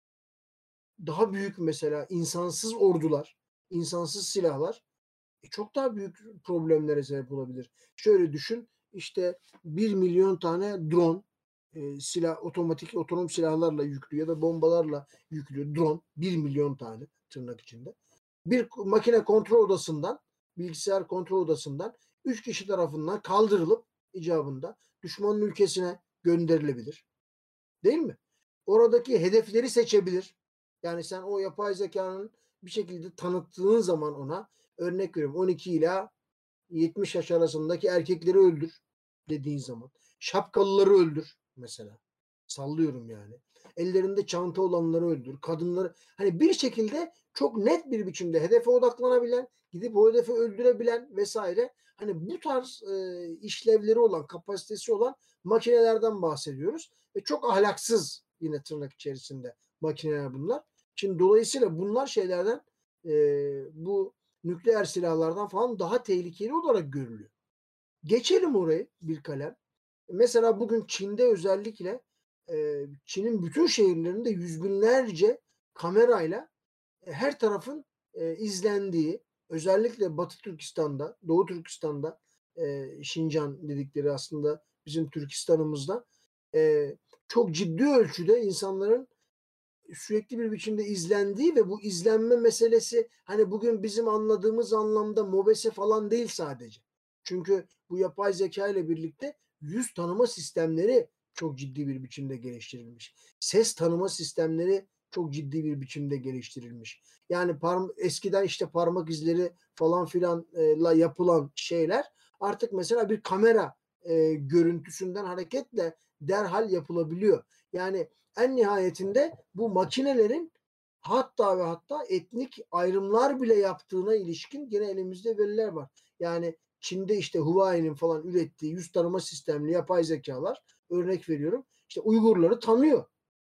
S2: daha büyük mesela insansız ordular, insansız silahlar e, çok daha büyük problemlere sebep olabilir. Şöyle düşün, işte bir milyon tane drone, e, silah, otomatik otonom silahlarla yüklü ya da bombalarla yüklü drone, bir milyon tane tırnak içinde. Bir makine kontrol odasından, bilgisayar kontrol odasından üç kişi tarafından kaldırılıp icabında düşmanın ülkesine gönderilebilir. Değil mi? Oradaki hedefleri seçebilir. Yani sen o yapay zekanın bir şekilde tanıttığın zaman ona örnek veriyorum on iki ila yetmiş yaş arasındaki erkekleri öldür dediğin zaman. Şapkalıları öldür mesela. Sallıyorum yani. Ellerinde çanta olanları öldür. Kadınları hani bir şekilde çok net bir biçimde hedefe odaklanabilen, gidip o hedefi öldürebilen vesaire hani bu tarz e, işlevleri olan, kapasitesi olan makinelerden bahsediyoruz. Ve çok ahlaksız yine tırnak içerisinde makineler bunlar. Şimdi dolayısıyla bunlar şeylerden e, bu nükleer silahlardan falan daha tehlikeli olarak görülüyor. Geçelim orayı bir kalem. Mesela bugün Çin'de özellikle e, Çin'in bütün şehirlerinde yüz binlerce kamerayla e, her tarafın e, izlendiği, özellikle Batı Türkistan'da, Doğu Türkistan'da, e, Şincan dedikleri aslında bizim Türkistan'ımızda e, çok ciddi ölçüde insanların sürekli bir biçimde izlendiği ve bu izlenme meselesi hani bugün bizim anladığımız anlamda mobese falan değil sadece. Çünkü bu yapay zeka ile birlikte yüz tanıma sistemleri çok ciddi bir biçimde geliştirilmiş. Ses tanıma sistemleri çok ciddi bir biçimde geliştirilmiş. Yani parm- eskiden işte parmak izleri falan filanla yapılan şeyler artık mesela bir kamera e, görüntüsünden hareketle derhal yapılabiliyor. Yani en nihayetinde bu makinelerin hatta ve hatta etnik ayrımlar bile yaptığına ilişkin gene elimizde veriler var. Yani Çin'de işte Huawei'nin falan ürettiği yüz tanıma sistemli yapay zekalar örnek veriyorum. İşte Uygurları tanıyor.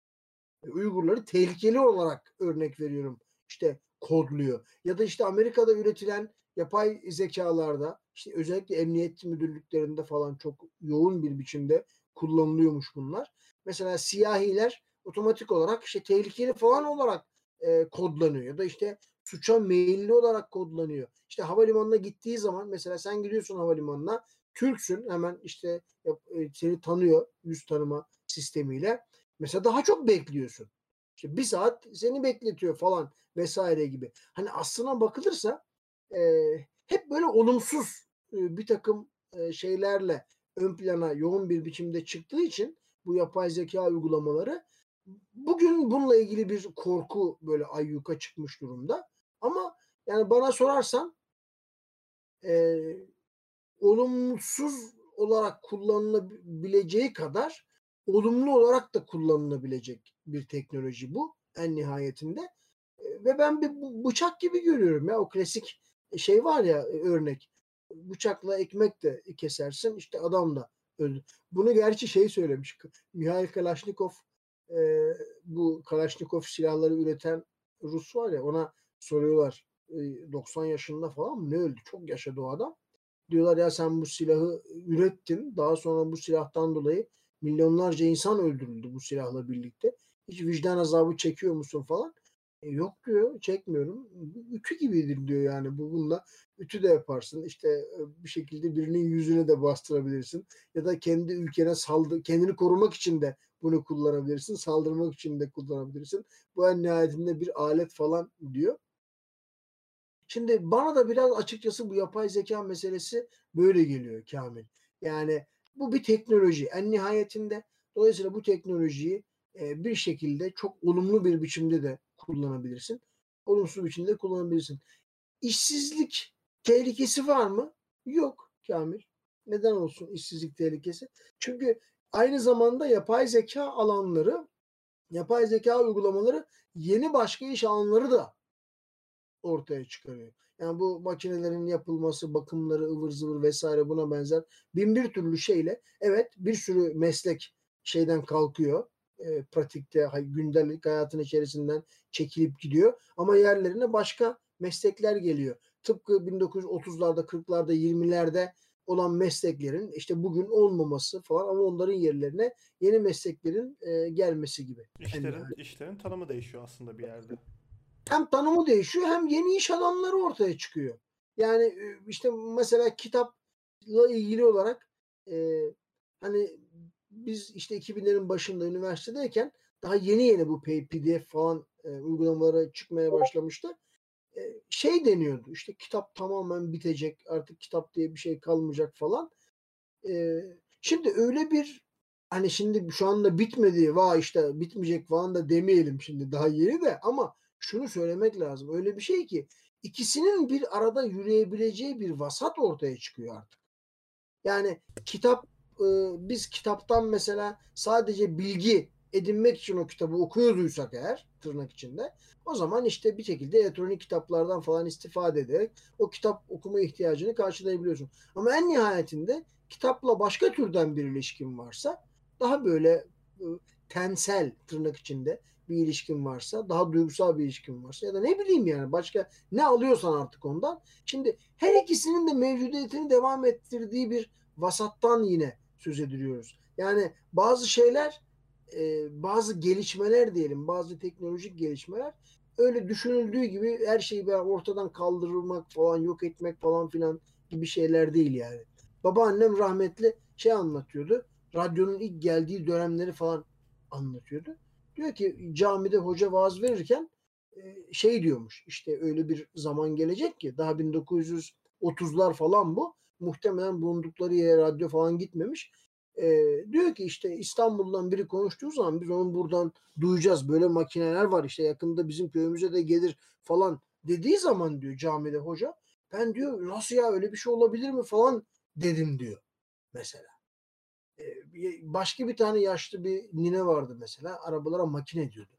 S2: Uygurları tehlikeli olarak örnek veriyorum. İşte kodluyor. Ya da işte Amerika'da üretilen yapay zekalarda işte özellikle emniyet müdürlüklerinde falan çok yoğun bir biçimde kullanılıyormuş bunlar. Mesela siyahiler otomatik olarak işte tehlikeli falan olarak e, kodlanıyor. Ya da işte suça meyilli olarak kodlanıyor. İşte havalimanına gittiği zaman mesela sen gidiyorsun havalimanına Türksün hemen işte e, seni tanıyor yüz tanıma sistemiyle. Mesela daha çok bekliyorsun. İşte bir saat seni bekletiyor falan vesaire gibi. Hani aslına bakılırsa e, hep böyle olumsuz e, bir takım e, şeylerle ön plana yoğun bir biçimde çıktığı için bu yapay zeka uygulamaları bugün bununla ilgili bir korku böyle ayyuka çıkmış durumda. Ama yani bana sorarsan e, olumsuz olarak kullanılabileceği kadar olumlu olarak da kullanılabilecek bir teknoloji bu en nihayetinde. E, Ve ben bir bıçak gibi görüyorum ya o klasik şey var ya e, örnek. Bıçakla ekmek de kesersin işte adam da öldü. Bunu gerçi şey söylemiş. Mihail Kalashnikov e, bu Kalashnikov silahları üreten Rus var ya ona soruyorlar e, doksan yaşında falan mı ne öldü? Çok yaşadı o adam. Diyorlar ya sen bu silahı ürettin. Daha sonra bu silahtan dolayı milyonlarca insan öldürüldü bu silahla birlikte. Hiç vicdan azabı çekiyor musun falan. E, yok diyor çekmiyorum. Ütü gibidir diyor yani bu bununla ütü de yaparsın. İşte e, bir şekilde birinin yüzüne de bastırabilirsin. Ya da kendi ülkene saldı kendini korumak için de bunu kullanabilirsin. Saldırmak için de kullanabilirsin. Bu en nihayetinde bir alet falan diyor. Şimdi bana da biraz açıkçası bu yapay zeka meselesi böyle geliyor Kamil. Yani bu bir teknoloji en nihayetinde. Dolayısıyla bu teknolojiyi e, bir şekilde çok olumlu bir biçimde de kullanabilirsin. Olumsuz biçimde kullanabilirsin. İşsizlik tehlikesi var mı? Yok Kamil. Neden olsun işsizlik tehlikesi? Çünkü aynı zamanda yapay zeka alanları, yapay zeka uygulamaları yeni başka iş alanları da ortaya çıkarıyor. Yani bu makinelerin yapılması, bakımları, ıvır zıvır vesaire buna benzer bin bir türlü şeyle evet bir sürü meslek şeyden kalkıyor. E, pratikte gündelik hayatın içerisinden çekilip gidiyor. Ama yerlerine başka meslekler geliyor. Tıpkı bin dokuz yüz otuzlarda, kırklarda, yirmilerde olan mesleklerin işte bugün olmaması falan ama onların yerlerine yeni mesleklerin e, gelmesi gibi. En
S1: İşlerin
S2: nihayet.
S1: işlerin tanımı değişiyor aslında bir yerde.
S2: Hem tanımı değişiyor hem yeni iş adamları ortaya çıkıyor. Yani e, işte mesela kitapla ilgili olarak e, hani biz işte iki binlerin başında üniversitedeyken daha yeni yeni bu P D F falan e, uygulamaları çıkmaya başlamıştı. E, şey deniyordu işte kitap tamamen bitecek artık kitap diye bir şey kalmayacak falan. E, şimdi öyle bir hani şimdi şu anda bitmedi vay işte bitmeyecek falan da demeyelim şimdi daha yeni de ama şunu söylemek lazım. Öyle bir şey ki ikisinin bir arada yürüyebileceği bir vasat ortaya çıkıyor artık. Yani kitap e, biz kitaptan mesela sadece bilgi edinmek için o kitabı okuyorduysak eğer tırnak içinde o zaman işte bir şekilde elektronik kitaplardan falan istifade ederek o kitap okuma ihtiyacını karşılayabiliyorsun. Ama en nihayetinde kitapla başka türden bir ilişkin varsa daha böyle e, tensel tırnak içinde bir ilişkin varsa, daha duygusal bir ilişkin varsa ya da ne bileyim yani başka ne alıyorsan artık ondan. Şimdi her ikisinin de mevcudiyetini devam ettirdiği bir vasattan yine söz ediliyoruz. Yani bazı şeyler, e, bazı gelişmeler diyelim, bazı teknolojik gelişmeler öyle düşünüldüğü gibi her şeyi böyle ortadan kaldırmak falan, yok etmek falan filan gibi şeyler değil yani. Babaannem rahmetli şey anlatıyordu. Radyonun ilk geldiği dönemleri falan anlatıyordu. Diyor ki camide hoca vaaz verirken e, şey diyormuş. İşte öyle bir zaman gelecek ki daha bin dokuz yüz otuzlar falan bu. Muhtemelen bulundukları yere radyo falan gitmemiş. E, diyor ki işte İstanbul'dan biri konuştuğu zaman biz onu buradan duyacağız. Böyle makineler var işte yakında bizim köyümüze de gelir falan dediği zaman diyor camide hoca. Ben diyor nasıl ya öyle bir şey olabilir mi falan dedim diyor mesela. E, başka bir tane yaşlı bir nine vardı mesela arabalara makine diyordu.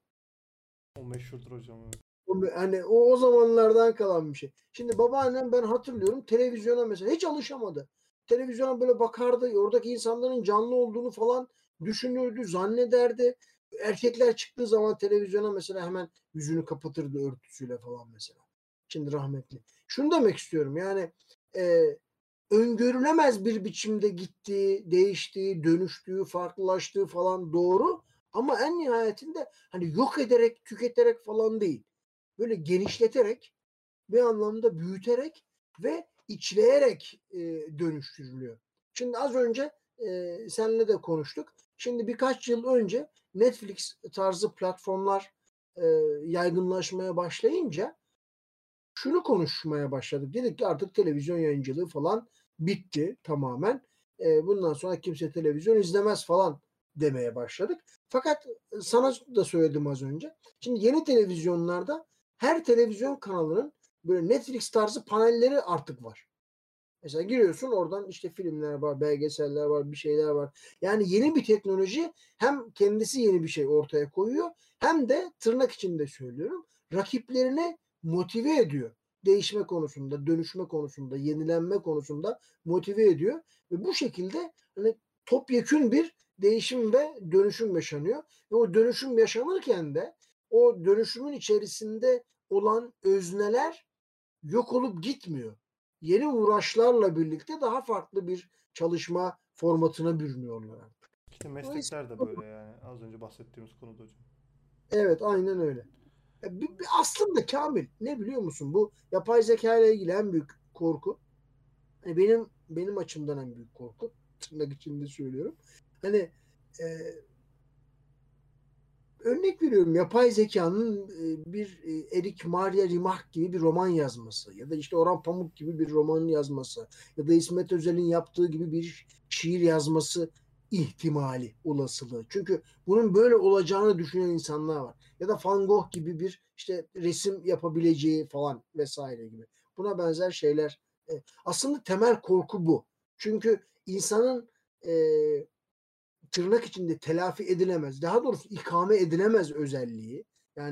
S1: O meşhurdur hocam. Evet.
S2: O, hani o, o zamanlardan kalan bir şey. Şimdi babaannem ben hatırlıyorum televizyona mesela hiç alışamadı. Televizyona böyle bakardı. Oradaki insanların canlı olduğunu falan düşünürdü, zannederdi. Erkekler çıktığı zaman televizyona mesela hemen yüzünü kapatırdı örtüsüyle falan mesela. Şimdi rahmetli. Şunu demek istiyorum yani e, öngörülemez bir biçimde gittiği, değiştiği, dönüştüğü, farklılaştığı falan doğru. Ama en nihayetinde hani yok ederek, tüketerek falan değil. Böyle genişleterek, bir anlamda büyüterek ve içleyerek e, dönüştürülüyor. Şimdi az önce e, seninle de konuştuk. Şimdi birkaç yıl önce Netflix tarzı platformlar e, yaygınlaşmaya başlayınca şunu konuşmaya başladık. Dedik ki artık televizyon yayıncılığı falan bitti tamamen. E, bundan sonra kimse televizyon izlemez falan demeye başladık. Fakat sana da söyledim az önce. Şimdi yeni televizyonlarda her televizyon kanalının böyle Netflix tarzı panelleri artık var. Mesela giriyorsun oradan işte filmler var, belgeseller var, bir şeyler var. Yani yeni bir teknoloji hem kendisi yeni bir şey ortaya koyuyor hem de tırnak içinde söylüyorum rakiplerini motive ediyor. Değişme konusunda, dönüşme konusunda, yenilenme konusunda motive ediyor. Ve bu şekilde hani topyekün bir değişim ve dönüşüm yaşanıyor. Ve o dönüşüm yaşanırken de o dönüşümün içerisinde olan özneler yok olup gitmiyor. Yeni uğraşlarla birlikte daha farklı bir çalışma formatına bürünüyorlar artık.
S1: İşte
S2: Dolayısıyla
S1: meslekler de böyle yani. Az önce bahsettiğimiz konuda hocam.
S2: evet aynen öyle. E, bi- bi- Aslında Kamil ne biliyor musun? Bu yapay zeka ile ilgili en büyük korku. Hani benim benim açımdan en büyük korku. Tırnak içinde söylüyorum. Hani e, örnek veriyorum yapay zekanın e, bir e, Eric Maria Remarque gibi bir roman yazması ya da işte Orhan Pamuk gibi bir roman yazması ya da İsmet Özel'in yaptığı gibi bir şiir yazması ihtimali, olasılığı. Çünkü bunun böyle olacağını düşünen insanlar var. Ya da Van Gogh gibi bir işte resim yapabileceği falan vesaire gibi. Buna benzer şeyler. E, Aslında temel korku bu. Çünkü insanın e, tırnak içinde telafi edilemez, daha doğrusu ikame edilemez özelliği. Yani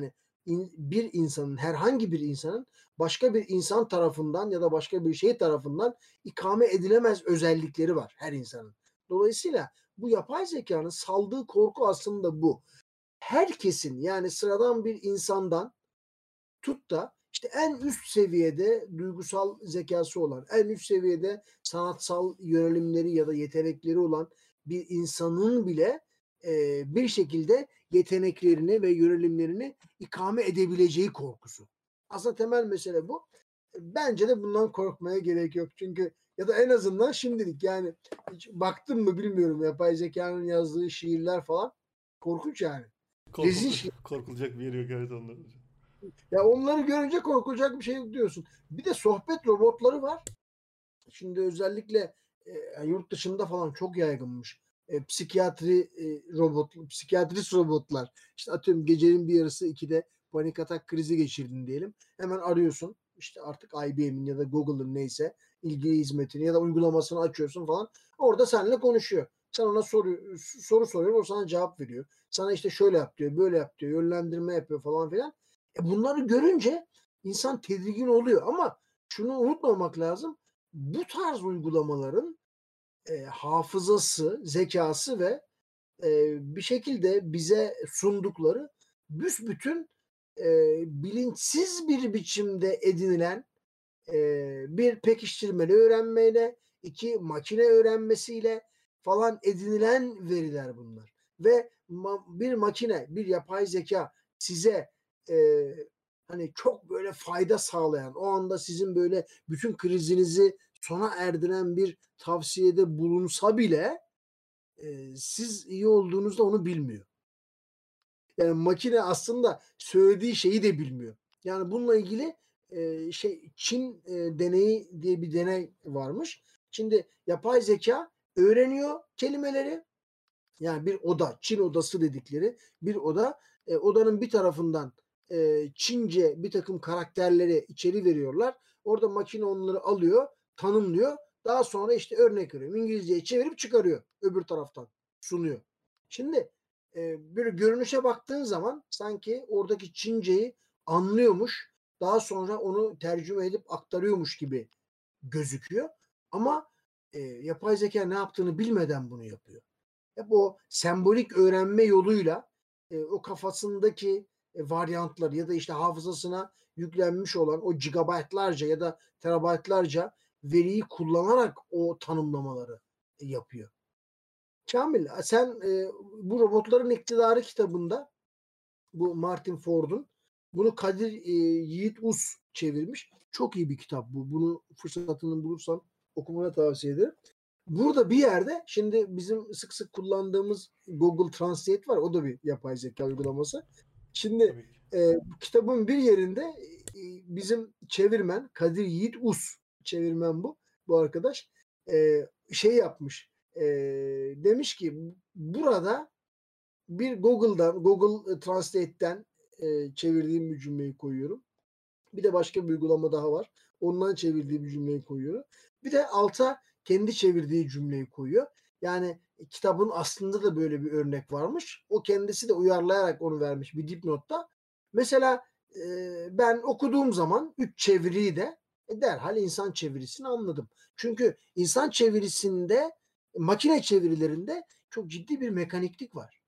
S2: in, bir insanın, herhangi bir insanın başka bir insan tarafından ya da başka bir şey tarafından ikame edilemez özellikleri var her insanın. Dolayısıyla bu yapay zekanın saldığı korku aslında bu. Herkesin, yani sıradan bir insandan tut da işte en üst seviyede duygusal zekası olan, en üst seviyede sanatsal yönelimleri ya da yetenekleri olan bir insanın bile e, bir şekilde yeteneklerini ve yönelimlerini ikame edebileceği korkusu. Aslında temel mesele bu. Bence de bundan korkmaya gerek yok. Çünkü ya da en azından şimdilik, yani hiç baktın mı bilmiyorum, yapay zekanın yazdığı şiirler falan korkunç yani. Rezil
S1: Korkulacak,
S2: şey.
S1: korkulacak bir yeri yok, evet, onların hocam.
S2: Ya onları görünce korkulacak bir şey yok diyorsun. Bir de sohbet robotları var. Şimdi özellikle e, yurt dışında falan çok yaygınmış. E, psikiyatri e, robot, psikiyatrist robotlar. İşte atıyorum gecenin bir yarısı ikide panik atak krizi geçirdin diyelim. Hemen arıyorsun. İşte artık I B M'in ya da Google'ın neyse ilgili hizmetini ya da uygulamasını açıyorsun falan. Orada seninle konuşuyor. Sen ona soru, soru soruyorsun, o sana cevap veriyor. Sana işte şöyle yap diyor, böyle yap diyor, yönlendirme yapıyor falan filan. E bunları görünce insan tedirgin oluyor ama şunu unutmamak lazım. Bu tarz uygulamaların e, hafızası, zekası ve e, bir şekilde bize sundukları büsbütün e, bilinçsiz bir biçimde edinilen e, bir pekiştirmeli öğrenmeyle, iki makine öğrenmesiyle falan edinilen veriler bunlar. Ve ma- bir makine, bir yapay zeka size e, hani çok böyle fayda sağlayan, o anda sizin böyle bütün krizinizi sona erdiren bir tavsiyede bulunsa bile e, siz iyi olduğunuzda onu bilmiyor. Yani makine aslında söylediği şeyi de bilmiyor. Yani bununla ilgili e, şey Çin e, deneyi diye bir deney varmış. Şimdi yapay zeka öğreniyor kelimeleri. Yani bir oda, Çin odası dedikleri bir oda. E, odanın bir tarafından e, Çince bir takım karakterleri içeri veriyorlar. Orada makine onları alıyor, tanımlıyor. Daha sonra işte örnek veriyorum, İngilizceye çevirip çıkarıyor öbür taraftan sunuyor. Şimdi e, bir görünüşe baktığın zaman sanki oradaki Çinceyi anlıyormuş. Daha sonra onu tercüme edip aktarıyormuş gibi gözüküyor. Ama e, yapay zeka ne yaptığını bilmeden bunu yapıyor. Hep o sembolik öğrenme yoluyla e, o kafasındaki e, varyantları ya da işte hafızasına yüklenmiş olan o gigabaytlarca ya da terabaytlarca veriyi kullanarak o tanımlamaları e, yapıyor. Kamil, sen e, bu robotların iktidarı kitabında, bu Martin Ford'un, bunu Kadir e, Yiğit Uz çevirmiş. Çok iyi bir kitap bu. Bunu fırsatını bulursan okumana tavsiye ederim. Burada bir yerde, şimdi bizim sık sık kullandığımız Google Translate var. O da bir yapay zeka uygulaması. Şimdi
S1: Tabii ki.
S2: e, kitabın bir yerinde e, bizim çevirmen Kadir Yiğit Uz, çevirmen bu. Bu arkadaş e, şey yapmış. E, demiş ki burada bir Google'dan, Google Translate'ten e, çevirdiğim bir cümleyi koyuyorum. Bir de başka bir uygulama daha var. Ondan çevirdiği bir cümleyi koyuyorum. Bir de alta kendi çevirdiği cümleyi koyuyor. Yani kitabın aslında da böyle bir örnek varmış. O kendisi de uyarlayarak onu vermiş bir dipnotta. Mesela e, ben okuduğum zaman üç çeviriyi de e, derhal insan çevirisini anladım. Çünkü insan çevirisinde, makine çevirilerinde çok ciddi bir mekaniklik var.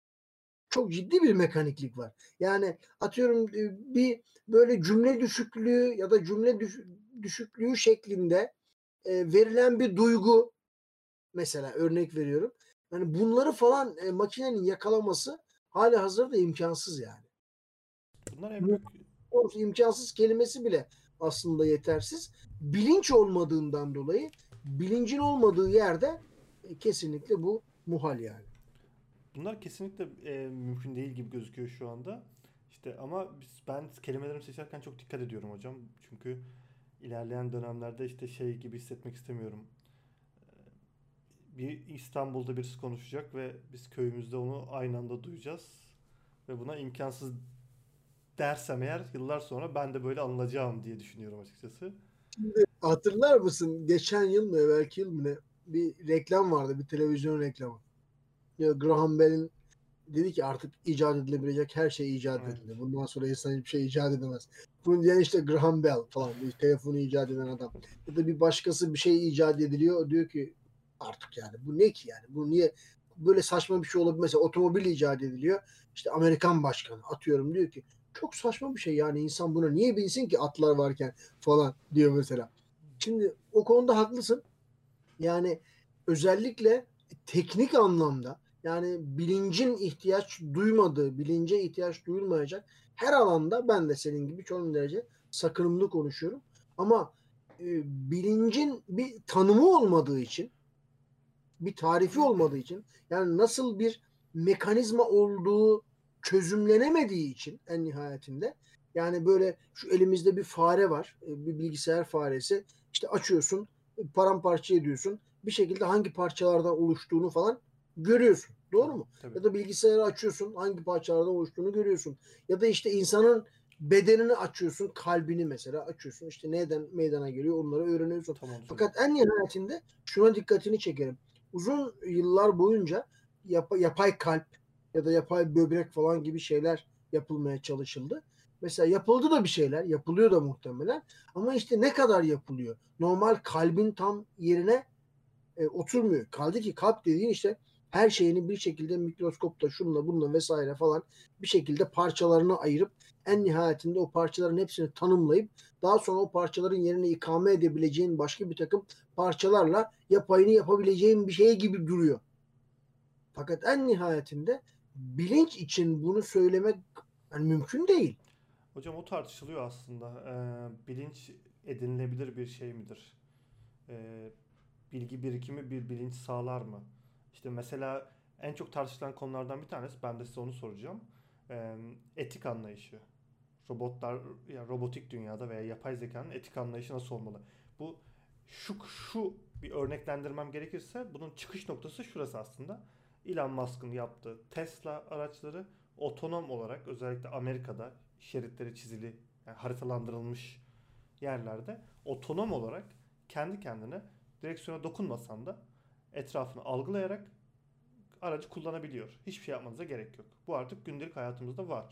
S2: Çok ciddi bir mekaniklik var. Yani atıyorum e, bir böyle cümle düşüklüğü ya da cümle düş- düşüklüğü şeklinde e, verilen bir duygu, mesela örnek veriyorum. Yani bunları falan e, makinenin yakalaması hali hazırda imkansız yani.
S1: Bunlar en
S2: Bu
S1: büyük
S2: doğrusu imkansız kelimesi bile aslında yetersiz. Bilinç olmadığından dolayı, bilincin olmadığı yerde e, kesinlikle bu muhal yani.
S1: Bunlar kesinlikle e, mümkün değil gibi gözüküyor şu anda. İşte ama biz, ben kelimelerimi seçerken çok dikkat ediyorum hocam. Çünkü ilerleyen dönemlerde işte şey gibi hissetmek istemiyorum. Bir İstanbul'da birisi konuşacak ve biz köyümüzde onu aynı anda duyacağız. Ve buna imkansız dersem eğer yıllar sonra ben de böyle anılacağım diye düşünüyorum açıkçası.
S2: Şimdi hatırlar mısın? Geçen yıl mı, evvelki yıl mı ne? Bir reklam vardı. Bir televizyon reklamı. Ya Graham Bell'in dedi ki artık icat edilebilecek her şey icat
S1: Evet.
S2: edildi. Bundan sonra insan hiçbir şey icat edemez. Bunu diyen işte Graham Bell falan. Bir telefonu icat eden adam. Ya da bir başkası bir şey icat ediliyor. Diyor ki artık yani bu ne ki yani? Bu niye böyle saçma bir şey olabilir? Mesela otomobil icat ediliyor. İşte Amerikan başkanı atıyorum diyor ki çok saçma bir şey yani insan buna niye binsin ki atlar varken falan diyor mesela. Şimdi o konuda haklısın. Yani özellikle teknik anlamda yani bilincin ihtiyaç duymadığı, bilince ihtiyaç duyulmayacak her alanda ben de senin gibi çok derece sakınımlı konuşuyorum. Ama e, bilincin bir tanımı olmadığı için, bir tarifi olmadığı için yani nasıl bir mekanizma olduğu çözümlenemediği için en nihayetinde yani böyle şu elimizde bir fare var, e, bir bilgisayar faresi işte açıyorsun, paramparça ediyorsun bir şekilde hangi parçalardan oluştuğunu falan görüyorsun. Doğru
S1: Tabii,
S2: mu?
S1: tabii.
S2: Ya da bilgisayarı açıyorsun hangi parçalardan oluştuğunu görüyorsun. Ya da işte insanın bedenini açıyorsun, kalbini mesela açıyorsun. İşte neden meydana geliyor onları öğreniyorsun.
S1: Tam onu
S2: Fakat
S1: söyleyecektim.
S2: en nihayetinde şuna dikkatini çekerim. Uzun yıllar boyunca yap, yapay kalp ya da yapay böbrek falan gibi şeyler yapılmaya çalışıldı. Mesela yapıldı da bir şeyler, yapılıyor da muhtemelen. Ama işte ne kadar yapılıyor? Normal kalbin tam yerine e, oturmuyor. Kaldı ki kalp dediğin işte her şeyini bir şekilde mikroskopta şunla bununla vesaire falan bir şekilde parçalarını ayırıp en nihayetinde o parçaların hepsini tanımlayıp daha sonra o parçaların yerine ikame edebileceğin başka bir takım parçalarla yapayını yapabileceğin bir şey gibi duruyor. Fakat en nihayetinde bilinç için bunu söylemek yani mümkün değil.
S1: Hocam o tartışılıyor aslında. Ee, bilinç edinilebilir bir şey midir? Ee, bilgi birikimi bir bilinç sağlar mı? İşte mesela en çok tartışılan konulardan bir tanesi, ben de size onu soracağım. Ee, etik anlayışı. Robotlar, ya robotik dünyada veya yapay zekanın etik anlayışı nasıl olmalı? Bu şu şu bir örneklendirmem gerekirse bunun çıkış noktası şurası aslında. Elon Musk'ın yaptığı Tesla araçları otonom olarak özellikle Amerika'da şeritleri çizili, yani haritalandırılmış yerlerde otonom olarak kendi kendine direksiyona dokunmasan da etrafını algılayarak aracı kullanabiliyor. Hiçbir şey yapmanıza gerek yok. Bu artık gündelik hayatımızda var.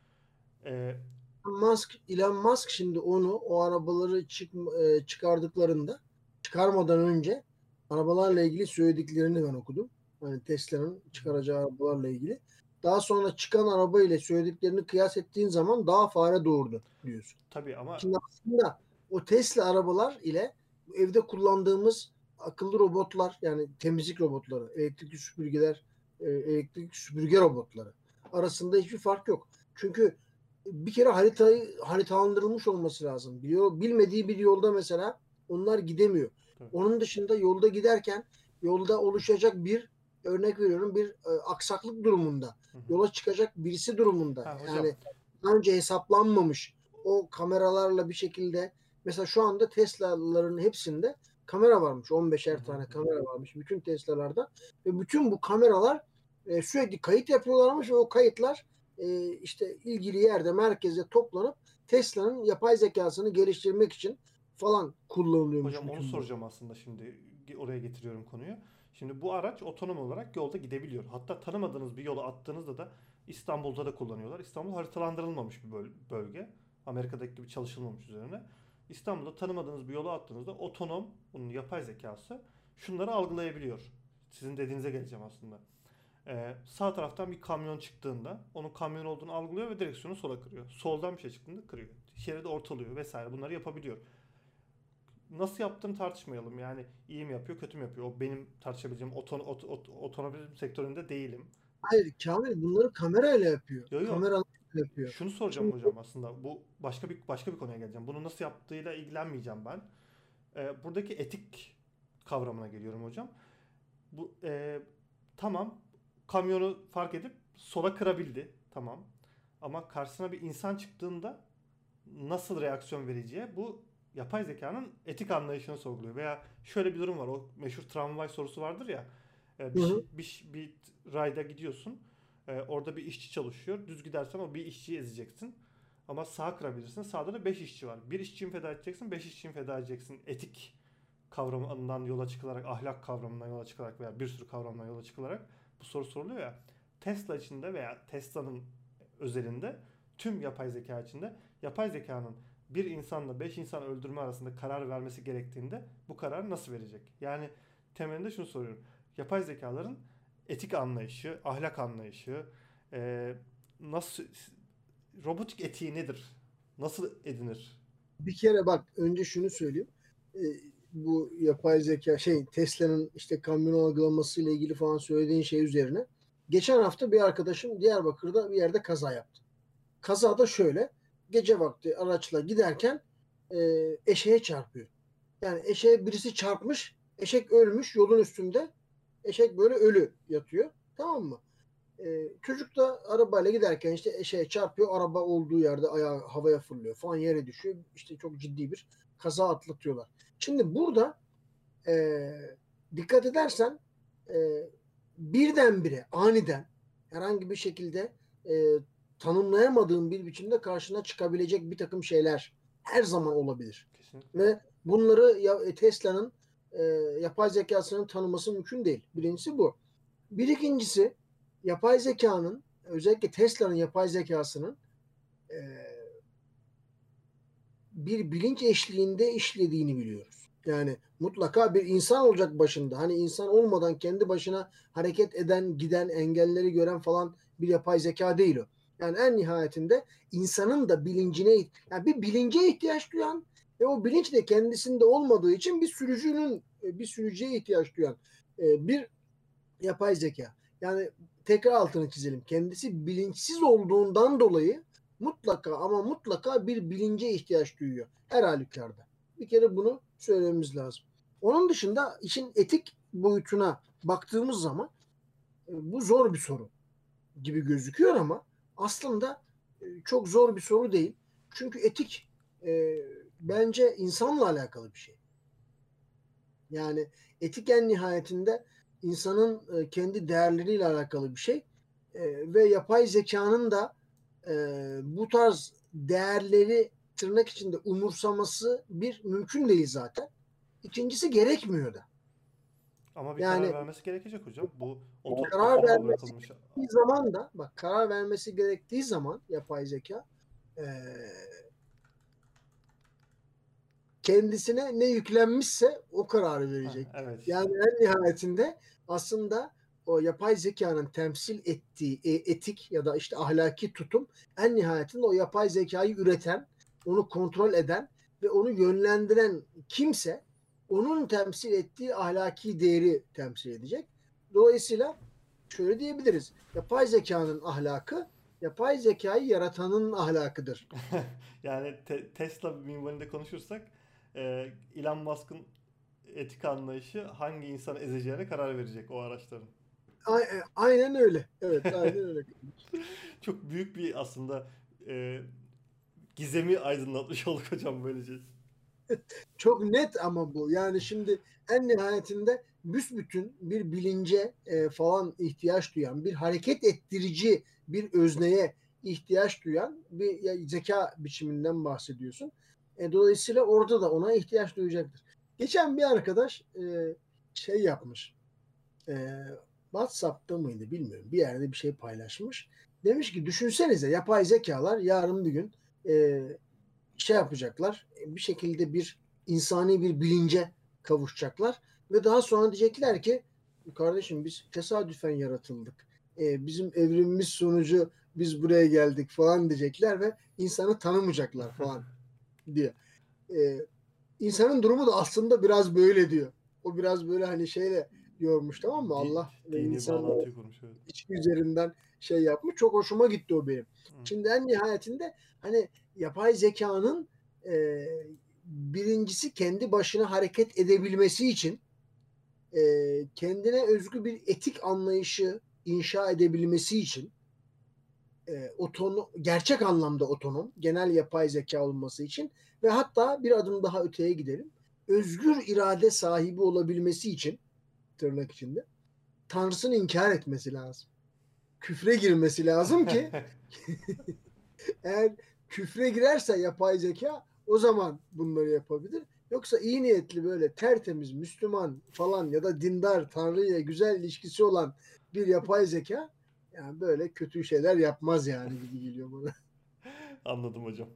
S1: Ee,
S2: Musk, Elon Musk şimdi onu o arabaları çık, e, çıkardıklarında çıkarmadan önce arabalarla ilgili söylediklerini ben okudum. Hani Tesla'nın çıkaracağı arabalarla ilgili. Daha sonra çıkan araba ile söylediklerini kıyas ettiğin zaman daha fare doğurdu diyorsun.
S1: tabii ama
S2: Şimdi aslında o Tesla arabalar ile evde kullandığımız akıllı robotlar yani temizlik robotları, elektrikli süpürgeler, e, elektrikli süpürge robotları arasında hiçbir fark yok. Çünkü bir kere haritayı haritalandırılmış olması lazım. Biliyor, bilmediği bir yolda mesela onlar gidemiyor.
S1: tabii.
S2: Onun dışında yolda giderken yolda oluşacak bir örnek veriyorum bir e, aksaklık durumunda
S1: Hı hı.
S2: yola çıkacak birisi durumunda
S1: Ha hocam.
S2: yani daha önce hesaplanmamış o kameralarla bir şekilde mesela şu anda Tesla'ların hepsinde kamera varmış.
S1: Hı
S2: on beşer
S1: hı
S2: tane
S1: hı.
S2: kamera varmış bütün Tesla'larda ve bütün bu kameralar e, sürekli kayıt yapıyorlarmış ve o kayıtlar e, işte ilgili yerde merkezde toplanıp Tesla'nın yapay zekasını geliştirmek için falan kullanılıyormuş
S1: Hocam onu
S2: bütün bu.
S1: soracağım aslında şimdi. Oraya getiriyorum konuyu. Şimdi bu araç otonom olarak yolda gidebiliyor. Hatta tanımadığınız bir yola attığınızda da İstanbul'da da kullanıyorlar. İstanbul haritalandırılmamış bir böl- bölge. Amerika'daki gibi çalışılmamış üzerine. İstanbul'da tanımadığınız bir yola attığınızda otonom, bunun yapay zekası şunları algılayabiliyor. Sizin dediğinize geleceğim aslında. Ee, sağ taraftan bir kamyon çıktığında onun kamyon olduğunu algılıyor ve direksiyonu sola kırıyor. Soldan bir şey çıktığında kırıyor. Şeridi ortalıyor vesaire, bunları yapabiliyor. Nasıl yaptığını tartışmayalım. Yani iyi mi yapıyor, kötü mü yapıyor? O benim tartışabileceğim oton, ot, ot, otomobil sektöründe değilim.
S2: Hayır Kamil bunları kamerayla yapıyor.
S1: Yo yo.
S2: Kameralarla yapıyor.
S1: Şunu soracağım
S2: Şimdi
S1: hocam aslında. Bu başka bir başka bir konuya geleceğim. Bunu nasıl yaptığıyla ilgilenmeyeceğim ben. Ee, buradaki etik kavramına geliyorum hocam. Bu e, tamam, kamyonu fark edip sola kırabildi. Tamam. Ama karşısına bir insan çıktığında nasıl reaksiyon vereceği, bu yapay zekanın etik anlayışını sorguluyor. Veya şöyle bir durum var. O meşhur tramvay sorusu vardır ya. E,
S2: hı
S1: Bir,
S2: hı.
S1: şey- bir, bir rayda gidiyorsun. E, Orada bir işçi çalışıyor. Düz gidersen o bir işçiyi ezeceksin. Ama sağ kırabilirsin. Sağda da beş işçi var. Bir işçiyi feda edeceksin, beş işçiyi feda edeceksin. Etik kavramından yola çıkılarak, ahlak kavramından yola çıkılarak veya bir sürü kavramdan yola çıkılarak bu soru soruluyor ya. Tesla içinde veya Tesla'nın özelinde tüm yapay zeka içinde yapay zekanın bir insanla beş insan öldürme arasında karar vermesi gerektiğinde bu kararı nasıl verecek? Yani temelinde şunu soruyorum. Yapay zekaların etik anlayışı, ahlak anlayışı, e, nasıl robotik etiği nedir? Nasıl edinir?
S2: Bir kere bak önce şunu söyleyeyim. Ee, bu yapay zeka şey Tesla'nın işte kamyon algılaması ile ilgili falan söylediğin şey üzerine. Geçen hafta bir arkadaşım Diyarbakır'da bir yerde kaza yaptı. Kaza da şöyle. Gece vakti araçla giderken e, eşeğe çarpıyor. Yani eşeğe birisi çarpmış. Eşek ölmüş yolun üstünde. Eşek böyle ölü yatıyor. Tamam mı? Ee, çocuk da arabayla giderken işte eşeğe çarpıyor. Araba olduğu yerde ayağı havaya fırlıyor falan yere düşüyor. İşte çok ciddi bir kaza atlatıyorlar. Şimdi burada e, dikkat edersen e, birdenbire aniden herhangi bir şekilde e, tanımlayamadığın bir biçimde karşına çıkabilecek bir takım şeyler her zaman olabilir.
S1: Kesinlikle.
S2: Ve bunları ya, Tesla'nın e, yapay zekasının tanıması mümkün değil. Birincisi bu. Bir ikincisi yapay zekanın özellikle Tesla'nın yapay zekasının e, bir bilinç eşliğinde işlediğini biliyoruz. Yani mutlaka bir insan olacak başında. Hani insan olmadan kendi başına hareket eden, giden, engelleri gören falan bir yapay zeka değil o. Yani en nihayetinde insanın da bilincine, yani bir bilince ihtiyaç duyan ve o bilinç de kendisinde olmadığı için bir sürücünün, bir sürücüye ihtiyaç duyan e, bir yapay zeka. Yani tekrar altını çizelim. Kendisi bilinçsiz olduğundan dolayı mutlaka ama mutlaka bir bilince ihtiyaç duyuyor. Her halükarda. Bir kere bunu söylememiz lazım. Onun dışında işin etik boyutuna baktığımız zaman e, bu zor bir soru gibi gözüküyor ama aslında e, çok zor bir soru değil. Çünkü etik e, bence insanla alakalı bir şey. Yani etik en nihayetinde insanın e, kendi değerleriyle alakalı bir şey. E, ve yapay zekanın da e, bu tarz değerleri tırnak içinde umursaması bir mümkün değil zaten. İkincisi gerekmiyor da.
S1: Ama bir karar
S2: Yani
S1: vermesi gerekecek hocam. Bu oto,
S2: karar
S1: otonoma
S2: vermesi
S1: bırakılmış.
S2: gerektiği zaman da bak karar vermesi gerektiği zaman yapay zeka e, kendisine ne yüklenmişse o kararı
S1: Heh,
S2: verecek.
S1: evet işte.
S2: Yani en nihayetinde aslında o yapay zekanın temsil ettiği e, etik ya da işte ahlaki tutum en nihayetinde o yapay zekayı üreten, onu kontrol eden ve onu yönlendiren kimse onun temsil ettiği ahlaki değeri temsil edecek. Dolayısıyla şöyle diyebiliriz. Yapay zekanın ahlakı yapay zekayı yaratanın ahlakıdır.
S1: Yani te- Tesla minvalinde konuşursak e, Elon Musk'ın etik anlayışı hangi insanı ezeceğine karar verecek o araçların.
S2: A- Aynen öyle. Evet, aynen öyle.
S1: Çok büyük bir aslında e, gizemi aydınlatmış olduk hocam böylece.
S2: Çok net ama bu. Yani şimdi en nihayetinde büsbütün bir bilince e, falan ihtiyaç duyan, bir hareket ettirici bir özneye ihtiyaç duyan bir ya, zeka biçiminden bahsediyorsun. E, dolayısıyla orada da ona ihtiyaç duyacaktır. Geçen bir arkadaş e, şey yapmış. E, WhatsApp'ta mıydı bilmiyorum. Bir yerde bir şey paylaşmış. Demiş ki düşünsenize yapay zekalar yarın bir gün e, şey yapacaklar. Bir şekilde bir insani bir bilince kavuşacaklar ve daha sonra diyecekler ki kardeşim biz tesadüfen yaratıldık. Ee, bizim evrimimiz sonucu biz buraya geldik falan diyecekler ve insanı tanımayacaklar falan diyor. Ee, insanın durumu da aslında biraz böyle diyor. O biraz böyle hani şeyle yormuş tamam mı?
S1: Di-
S2: Allah ve
S1: dini
S2: insan
S1: bağlantıyı kurmuş evet.
S2: içki üzerinden şey yapmış. Çok hoşuma gitti o benim.
S1: Hı.
S2: Şimdi en nihayetinde hani yapay zekanın e, birincisi kendi başına hareket edebilmesi için e, kendine özgü bir etik anlayışı inşa edebilmesi için e, otonom, gerçek anlamda otonom, genel yapay zeka olması için ve hatta bir adım daha öteye gidelim. Özgür irade sahibi olabilmesi için tırnak içinde Tanrısını inkar etmesi lazım. Küfre girmesi lazım ki eğer küfre girerse yapay zeka o zaman bunları yapabilir. Yoksa iyi niyetli böyle tertemiz Müslüman falan ya da dindar Tanrı ile güzel ilişkisi olan bir yapay zeka Yani böyle kötü şeyler yapmaz yani gibi geliyor bana.
S1: Anladım hocam.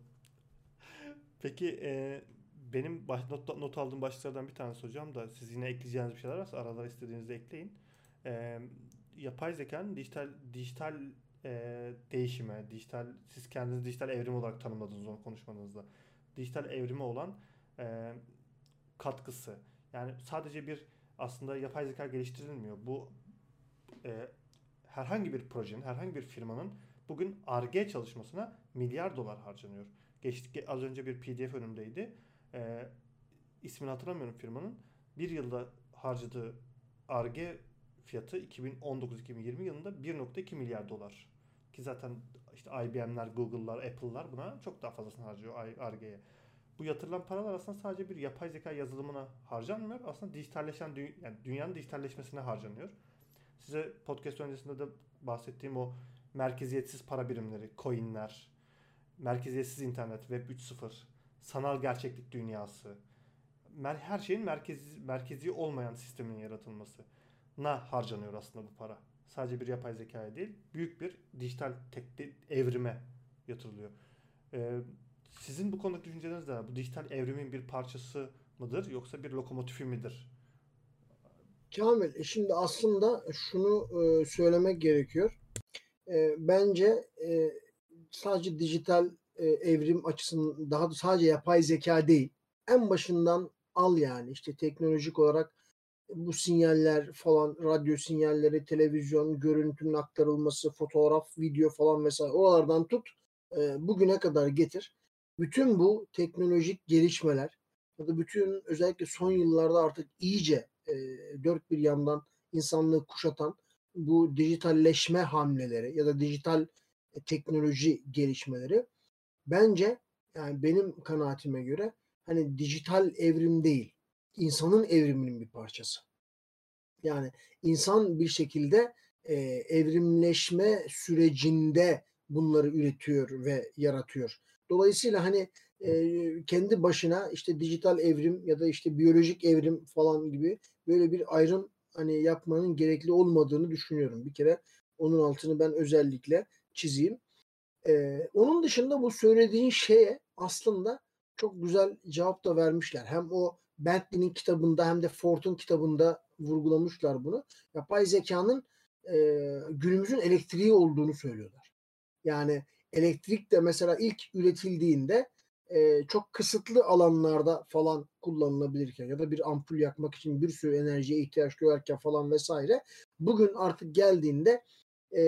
S1: Peki e, benim baş, not, not aldığım başlıklardan bir tanesi hocam da siz yine ekleyeceğiniz bir şeyler varsa aralara istediğinizde ekleyin. E, Yapay zekanın dijital dijital e, değişime, dijital siz kendiniz dijital evrim olarak tanımladınız onu konuşmanızda. Dijital evrime olan e, katkısı. Yani sadece bir aslında yapay zeka geliştirilmiyor. Bu e, herhangi bir projenin, herhangi bir firmanın bugün Ar-Ge çalışmasına milyar dolar harcanıyor. Geçtik az önce bir P D F önümdeydi. E, ismini hatırlamıyorum firmanın. Bir yılda harcadığı Ar-Ge fiyatı iki bin on dokuz-iki bin yirmi yılında bir nokta iki milyar dolar. Ki zaten işte I B M'ler, Google'lar, Apple'lar buna çok daha fazlasını harcıyor Ar-Ge'ye. Bu yatırılan paralar aslında sadece bir yapay zeka yazılımına harcanmıyor. Aslında dijitalleşen dü- yani dünyanın dijitalleşmesine harcanıyor. Size podcast öncesinde de bahsettiğim o merkeziyetsiz para birimleri, coinler, merkeziyetsiz internet, Web üç nokta sıfır, sanal gerçeklik dünyası, her şeyin merkezi, merkezi olmayan sistemin yaratılması na harcanıyor aslında bu para. Sadece bir yapay zekaya değil, büyük bir dijital tek evrime yatırılıyor. Ee, Sizin bu konudaki düşünceleriniz de bu dijital evrimin bir parçası mıdır yoksa bir lokomotifi midir?
S2: Kamil, e şimdi aslında şunu e, söylemek gerekiyor. E, bence e, sadece dijital e, evrim açısından daha da sadece yapay zeka değil. En başından al yani işte teknolojik olarak bu sinyaller falan, radyo sinyalleri, televizyon, görüntünün aktarılması, fotoğraf, video falan vesaire oralardan tut e, bugüne kadar getir. Bütün bu teknolojik gelişmeler ya da bütün özellikle son yıllarda artık iyice e, dört bir yandan insanlığı kuşatan bu dijitalleşme hamleleri ya da dijital e, teknoloji gelişmeleri bence yani benim kanaatime göre hani dijital evrim değil, insanın evriminin bir parçası. Yani insan bir şekilde e, evrimleşme sürecinde bunları üretiyor ve yaratıyor. Dolayısıyla hani e, kendi başına işte dijital evrim ya da işte biyolojik evrim falan gibi böyle bir ayrım hani yapmanın gerekli olmadığını düşünüyorum. Bir kere onun altını ben özellikle çizeyim. Ee, onun dışında bu söylediğin şeye aslında çok güzel cevap da vermişler. Hem o Bentley'nin kitabında hem de Ford'un kitabında vurgulamışlar bunu. Yapay zekanın e, günümüzün elektriği olduğunu söylüyorlar. Yani elektrik de mesela ilk üretildiğinde e, çok kısıtlı alanlarda falan kullanılabilirken ya da bir ampul yakmak için bir sürü enerjiye ihtiyaç duyarken falan vesaire bugün artık geldiğinde e,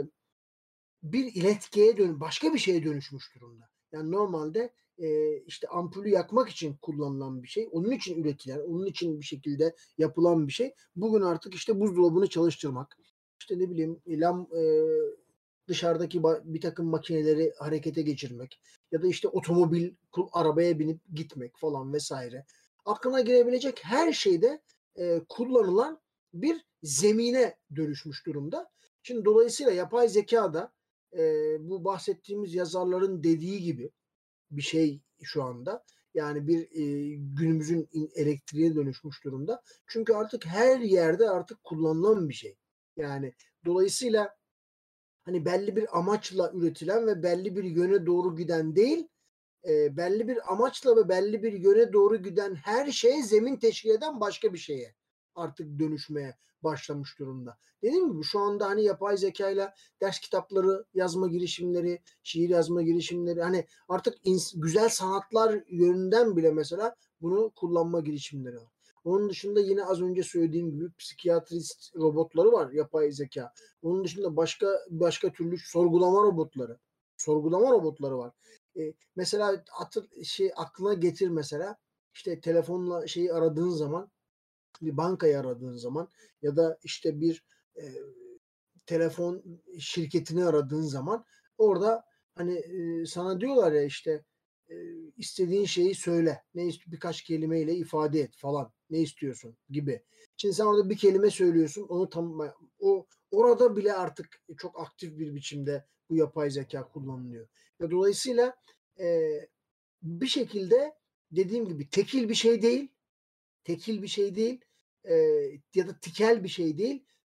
S2: bir iletkiye dön başka bir şeye dönüşmüş durumda. Yani normalde e, işte ampulü yakmak için kullanılan bir şey, onun için üretilen, onun için bir şekilde yapılan bir şey. Bugün artık işte buzdolabını çalıştırmak, işte ne bileyim lam e, dışarıdaki bir takım makineleri harekete geçirmek ya da işte otomobil, arabaya binip gitmek falan vesaire. Aklına gelebilecek her şeyde e, kullanılan bir zemine dönüşmüş durumda. Şimdi dolayısıyla yapay zeka da e, bu bahsettiğimiz yazarların dediği gibi bir şey şu anda. Yani bir e, günümüzün elektriğe dönüşmüş durumda. Çünkü artık her yerde artık kullanılan bir şey. Yani dolayısıyla hani belli bir amaçla üretilen ve belli bir yöne doğru giden değil, e, belli bir amaçla ve belli bir yöne doğru giden her şey zemin teşkil eden başka bir şeye artık dönüşmeye başlamış durumda. Dediğim gibi şu anda hani yapay zekayla ders kitapları yazma girişimleri, şiir yazma girişimleri hani artık ins- güzel sanatlar yönünden bile mesela bunu kullanma girişimleri var. Onun dışında yine az önce söylediğim gibi psikiyatrist robotları var yapay zeka. Onun dışında başka başka türlü sorgulama robotları, sorgulama robotları var. E, mesela atır, şey aklına getir mesela işte telefonla şeyi aradığın zaman bir bankayı aradığın zaman ya da işte bir e, telefon şirketini aradığın zaman orada hani e, sana diyorlar ya işte e, istediğin şeyi söyle. Ne ist- birkaç kelimeyle ifade et falan. Ne istiyorsun gibi. Şimdi sen orada bir kelime söylüyorsun. Onu tam o orada bile artık çok aktif bir biçimde bu yapay zeka kullanılıyor. Ve dolayısıyla e, bir şekilde dediğim gibi tekil bir şey değil, tekil bir şey değil e, ya da tikel bir şey değil.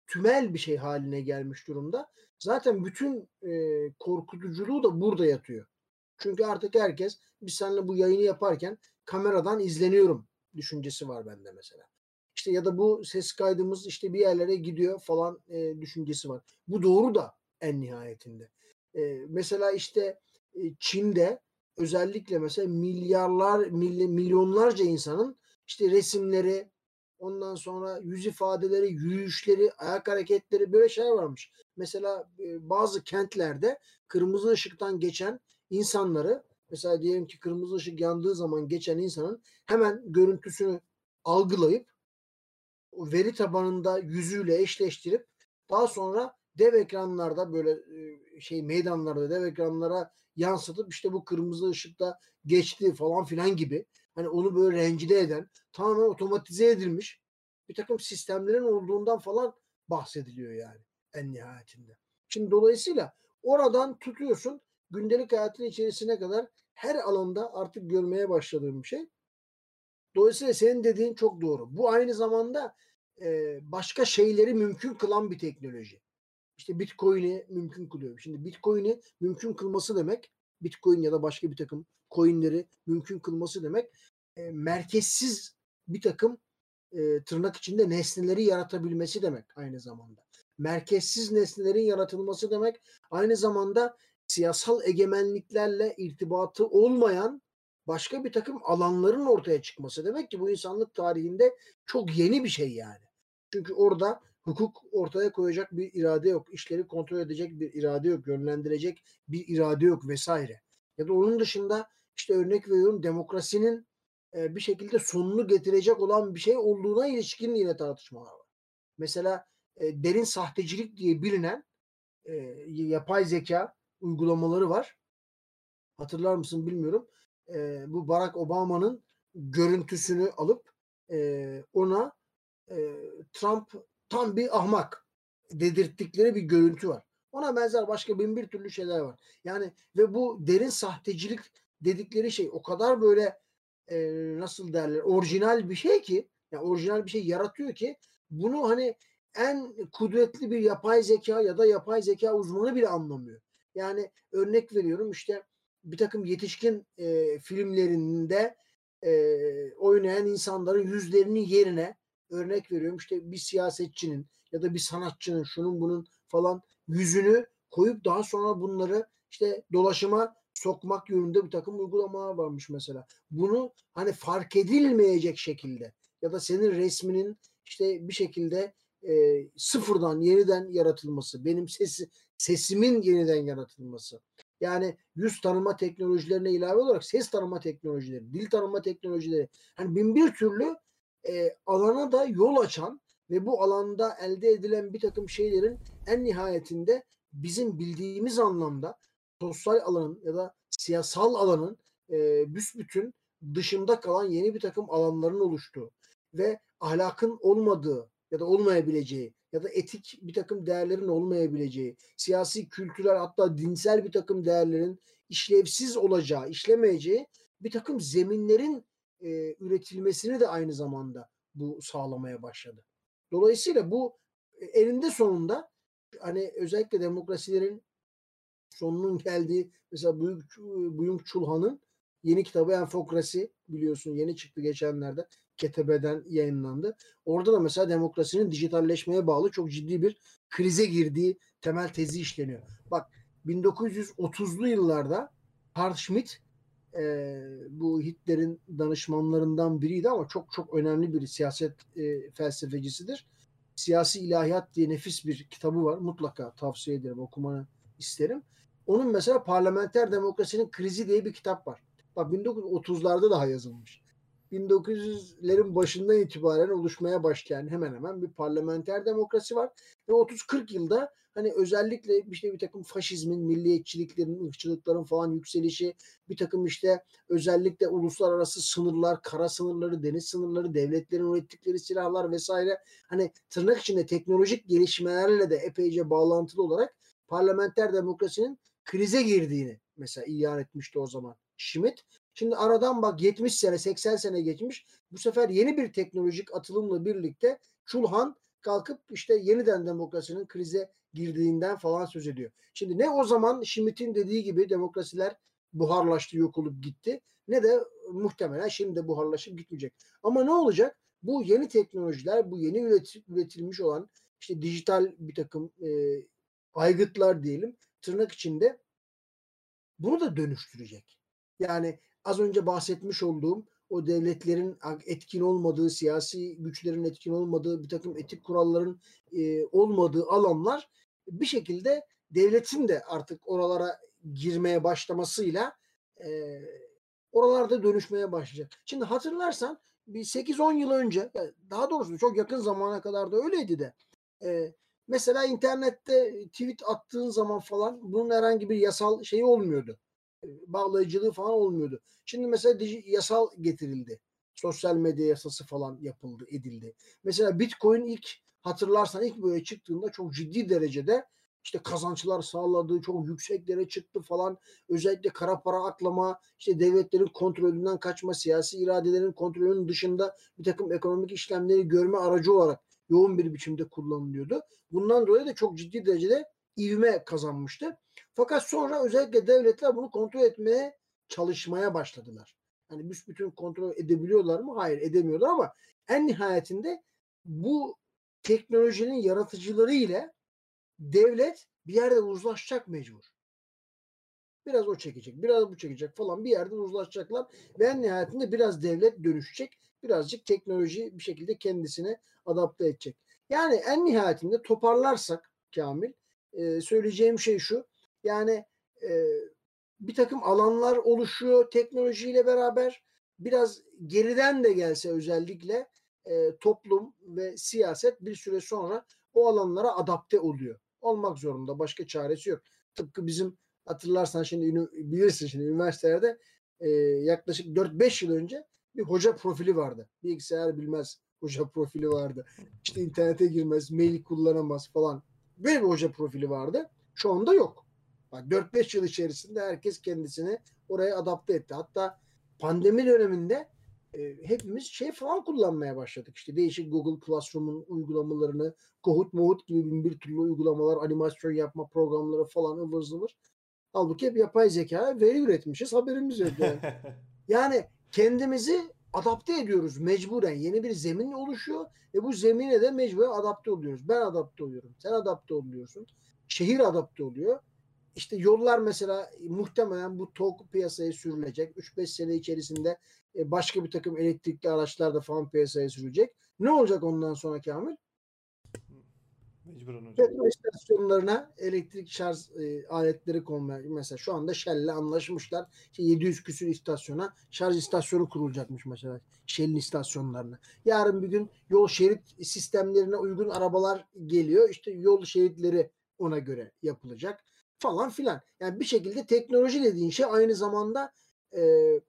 S2: tümel bir şey haline gelmiş durumda. Zaten bütün e, korkutuculuğu da burada yatıyor. Çünkü artık herkes biz seninle bu yayını yaparken kameradan izleniyorum düşüncesi var bende mesela. İşte ya da bu ses kaydımız işte bir yerlere gidiyor falan e, düşüncesi var. Bu doğru da en nihayetinde. E, mesela işte e, Çin'de özellikle mesela milyarlar, mily- milyonlarca insanın işte resimleri, ondan sonra yüz ifadeleri, yürüyüşleri, ayak hareketleri böyle şeyler varmış. Mesela e, bazı kentlerde kırmızı ışıktan geçen insanları mesela diyelim ki kırmızı ışık yandığı zaman geçen insanın hemen görüntüsünü algılayıp o veri tabanında yüzüyle eşleştirip daha sonra dev ekranlarda böyle e, şey meydanlarda dev ekranlara yansıtıp işte bu kırmızı ışıkta geçti falan filan gibi hani onu böyle rencide eden tamamen otomatize edilmiş bir takım sistemlerin olduğundan falan bahsediliyor yani en nihayetinde. Şimdi dolayısıyla oradan tutuyorsun gündelik hayatın içerisine kadar her alanda artık görmeye başladığım bir şey. Dolayısıyla senin dediğin çok doğru. Bu aynı zamanda e, başka şeyleri mümkün kılan bir teknoloji. İşte Bitcoin'i mümkün kılıyor. Şimdi Bitcoin'i mümkün kılması demek, Bitcoin ya da başka bir takım coinleri mümkün kılması demek, e, merkezsiz bir takım e, tırnak içinde nesneleri yaratabilmesi demek aynı zamanda. Merkezsiz nesnelerin yaratılması demek, aynı zamanda siyasal egemenliklerle irtibatı olmayan başka bir takım alanların ortaya çıkması demek ki bu insanlık tarihinde çok yeni bir şey yani. Çünkü orada hukuk ortaya koyacak bir irade yok. İşleri kontrol edecek bir irade yok. Yönlendirecek bir irade yok vesaire. Ya da onun dışında işte örnek veriyorum demokrasinin e, bir şekilde sonunu getirecek olan bir şey olduğuna ilişkin yine tartışmalar var. Mesela e, derin sahtecilik diye bilinen e, yapay zeka uygulamaları var. Hatırlar mısın bilmiyorum. E, bu Barack Obama'nın görüntüsünü alıp e, ona e, Trump tam bir ahmak dedirttikleri bir görüntü var. Ona benzer başka bin bir türlü şeyler var. Yani ve bu derin sahtecilik dedikleri şey o kadar böyle e, nasıl derler orijinal bir şey ki yani orijinal bir şey yaratıyor ki bunu hani en kudretli bir yapay zeka ya da yapay zeka uzmanı bile anlamıyor. Yani örnek veriyorum işte bir takım yetişkin e, filmlerinde e, oynayan insanların yüzlerinin yerine örnek veriyorum işte bir siyasetçinin ya da bir sanatçının şunun bunun falan yüzünü koyup daha sonra bunları işte dolaşıma sokmak yönünde bir takım uygulamalar varmış mesela. Bunu hani fark edilmeyecek şekilde ya da senin resminin işte bir şekilde e, sıfırdan yeniden yaratılması, benim sesi, sesimin yeniden yaratılması. Yani yüz tanıma teknolojilerine ilave olarak ses tanıma teknolojileri, dil tanıma teknolojileri, hani bin bir türlü e, alana da yol açan ve bu alanda elde edilen bir takım şeylerin en nihayetinde bizim bildiğimiz anlamda sosyal alanın ya da siyasal alanın e, büsbütün dışında kalan yeni bir takım alanların oluştuğu ve ahlakın olmadığı ya da olmayabileceği ya da etik bir takım değerlerin olmayabileceği, siyasi, kültürel hatta dinsel bir takım değerlerin işlevsiz olacağı, işlemeyeceği bir takım zeminlerin e, üretilmesini de aynı zamanda bu sağlamaya başladı. Dolayısıyla bu e, eninde sonunda hani özellikle demokrasilerin sonunun geldiği mesela Büyük, Büyük Çulhan'ın yeni kitabı Enfokrasi biliyorsun yeni çıktı geçenlerde. Ketebeden yayınlandı. Orada da mesela demokrasinin dijitalleşmeye bağlı çok ciddi bir krize girdiği temel tezi işleniyor. Bak bin dokuz yüz otuzlu yıllarda Carl Schmitt e, bu Hitler'in danışmanlarından biriydi ama çok çok önemli bir siyaset e, felsefecisidir. Siyasi İlahiyat diye nefis bir kitabı var. Mutlaka tavsiye ederim okumanı isterim. Onun mesela Parlamenter Demokrasinin Krizi diye bir kitap var. Bak bin dokuz yüz otuzlarda daha yazılmış. bin dokuz yüzlerin başından itibaren oluşmaya başlayan hemen hemen bir parlamenter demokrasi var. Ve otuz kırk yılda hani özellikle işte bir takım faşizmin, milliyetçiliklerin, ırkçılıkların falan yükselişi, bir takım işte özellikle uluslararası sınırlar, kara sınırları, deniz sınırları, devletlerin ürettikleri silahlar vesaire hani tırnak içinde teknolojik gelişmelerle de epeyce bağlantılı olarak parlamenter demokrasinin krize girdiğini mesela ilan etmişti o zaman Schmidt. Şimdi aradan bak yetmiş sene seksen sene geçmiş. Bu sefer yeni bir teknolojik atılımla birlikte Çulhan kalkıp işte yeniden demokrasinin krize girdiğinden falan söz ediyor. Şimdi ne o zaman Schmitt'in dediği gibi demokrasiler buharlaştı, yok olup gitti, ne de muhtemelen şimdi de buharlaşıp gitmeyecek. Ama ne olacak? Bu yeni teknolojiler, bu yeni üretilmiş olan işte dijital bir takım e, aygıtlar diyelim tırnak içinde, bunu da dönüştürecek. Yani az önce bahsetmiş olduğum o devletlerin etkin olmadığı, siyasi güçlerin etkin olmadığı, bir takım etik kuralların e, olmadığı alanlar bir şekilde devletin de artık oralara girmeye başlamasıyla e, oralarda dönüşmeye başlayacak. Şimdi hatırlarsan bir sekiz on yıl önce, daha doğrusu çok yakın zamana kadar da öyleydi de e, mesela internette tweet attığın zaman falan bunun herhangi bir yasal şeyi olmuyordu. Bağlayıcılığı falan olmuyordu. Şimdi mesela yasal getirildi. Sosyal medya yasası falan yapıldı, edildi. Mesela Bitcoin ilk hatırlarsan ilk böyle çıktığında çok ciddi derecede işte kazançlar sağladığı, çok yükseklere çıktı falan. Özellikle kara para aklama, işte devletlerin kontrolünden kaçma, siyasi iradelerin kontrolünün dışında bir takım ekonomik işlemleri görme aracı olarak yoğun bir biçimde kullanılıyordu. Bundan dolayı da çok ciddi derecede ivme kazanmıştı. Fakat sonra özellikle devletler bunu kontrol etmeye çalışmaya başladılar. Yani büsbütün kontrol edebiliyorlar mı? Hayır, edemiyorlar ama en nihayetinde bu teknolojinin yaratıcıları ile devlet bir yerde uzlaşacak mecbur. Biraz o çekecek, biraz bu çekecek falan, bir yerde uzlaşacaklar ve en nihayetinde biraz devlet dönüşecek, birazcık teknoloji bir şekilde kendisine adapte edecek. Yani en nihayetinde toparlarsak Kamil, e, söyleyeceğim şey şu, yani e, bir takım alanlar oluşuyor teknolojiyle beraber, biraz geriden de gelse özellikle e, toplum ve siyaset bir süre sonra o alanlara adapte oluyor. Olmak zorunda, başka çaresi yok. Tıpkı bizim hatırlarsan şimdi bilirsin şimdi üniversitelerde e, yaklaşık dört beş yıl önce bir hoca profili vardı. Bilgisayar bilmez hoca profili vardı. İşte internete girmez, mail kullanamaz falan. Böyle bir hoca profili vardı. Şu anda yok. dört beş yıl içerisinde herkes kendisini oraya adapte etti. Hatta pandemi döneminde e, hepimiz şey falan kullanmaya başladık. İşte değişik Google Classroom'un uygulamalarını, Kahoot, Mohoot gibi bin bir türlü uygulamalar, animasyon yapma programları falan ıvır zıvır. Halbuki hep yapay zeka veri üretmişiz, haberimiz yok yani. Yani kendimizi adapte ediyoruz mecburen. Yeni bir zemin oluşuyor ve bu zemine de mecburen adapte oluyoruz. Ben adapte oluyorum, sen adapte oluyorsun. Şehir adapte oluyor. İşte yollar mesela muhtemelen bu TOG piyasaya sürülecek. üç beş sene içerisinde e, başka bir takım elektrikli araçlar da falan piyasaya sürülecek. Ne olacak ondan sonra Kamil?
S1: Mecburen hocam.
S2: Petrol istasyonlarına elektrik şarj e, aletleri konmaya, mesela şu anda Shell'le anlaşmışlar. İşte yedi yüz küsür istasyona şarj istasyonu kurulacakmış mesela Shell'in istasyonlarına. Yarın bir gün yol şerit sistemlerine uygun arabalar geliyor. İşte yol şeritleri ona göre yapılacak falan filan. Yani bir şekilde teknoloji dediğin şey aynı zamanda e,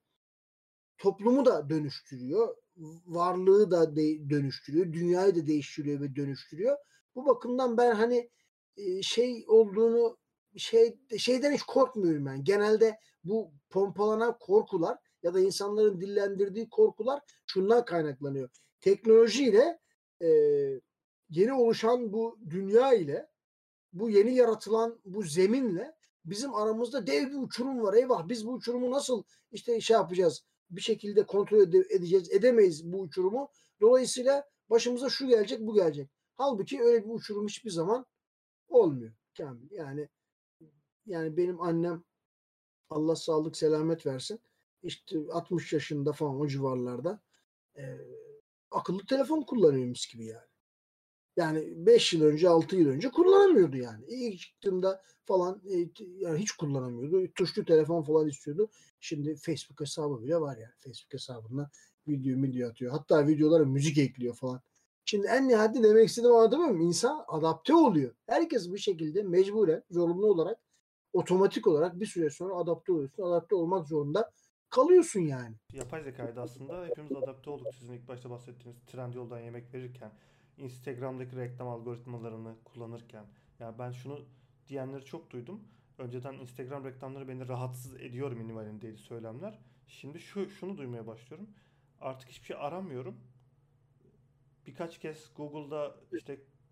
S2: toplumu da dönüştürüyor. Varlığı da de- dönüştürüyor. Dünyayı da değiştiriyor ve dönüştürüyor. Bu bakımdan ben hani e, şey olduğunu şey şeyden hiç korkmuyorum ben. Genelde bu pompalanan korkular ya da insanların dillendirdiği korkular şundan kaynaklanıyor. Teknolojiyle e, yeni oluşan bu dünya ile, bu yeni yaratılan bu zeminle bizim aramızda dev bir uçurum var. Eyvah, biz bu uçurumu nasıl işte şey yapacağız? Bir şekilde kontrol edeceğiz, edemeyiz bu uçurumu. Dolayısıyla başımıza şu gelecek, bu gelecek. Halbuki öyle bir uçurum hiçbir zaman olmuyor. Kamil. Yani yani benim annem, Allah sağlık selamet versin, işte altmış yaşında falan o civarlarda e, akıllı telefon kullanıyormuş gibi yani. Yani beş yıl önce, altı yıl önce kullanamıyordu yani. İlk çıktığında falan e, yani hiç kullanamıyordu. Tuşlu telefon falan istiyordu. Şimdi Facebook hesabı bile var yani. Facebook hesabından video video atıyor. Hatta videolara müzik ekliyor falan. Şimdi en nihayetinde demek istediğim anladın mı? İnsan adapte oluyor. Herkes bir şekilde mecburen, zorunlu olarak, otomatik olarak bir süre sonra adapte oluyorsun. Adapte olmak zorunda kalıyorsun yani.
S1: Yapay zekayı da aslında hepimiz adapte olduk. Sizin ilk başta bahsettiğiniz Trendyol'dan yemek verirken, Instagram'daki reklam algoritmalarını kullanırken. Ya ben şunu diyenleri çok duydum. Önceden Instagram reklamları beni rahatsız ediyor minimalindeydi söylemler. Şimdi şu şunu duymaya başlıyorum. Artık hiçbir şey aramıyorum. Birkaç kez Google'da işte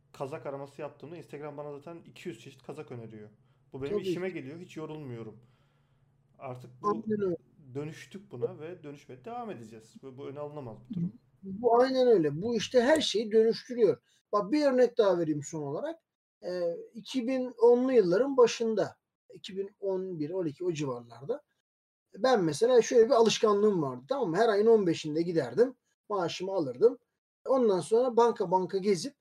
S1: kazak araması yaptığımda Instagram bana zaten iki yüz çeşit kazak öneriyor. Bu benim
S2: Tabii
S1: işime
S2: ki.
S1: geliyor. Hiç yorulmuyorum. Artık bu
S2: Aynen öyle.
S1: dönüştük buna ve dönüşmeye devam edeceğiz. Bu, bu öne alınamaz bir durum.
S2: Bu aynen öyle. Bu işte her şeyi dönüştürüyor. Bak bir örnek daha vereyim son olarak. Ee, iki bin onlu yılların başında, iki bin on bir on iki o civarlarda ben mesela şöyle bir alışkanlığım vardı. Tamam mı? Her ayın on beşinde giderdim. Maaşımı alırdım. Ondan sonra banka banka gezip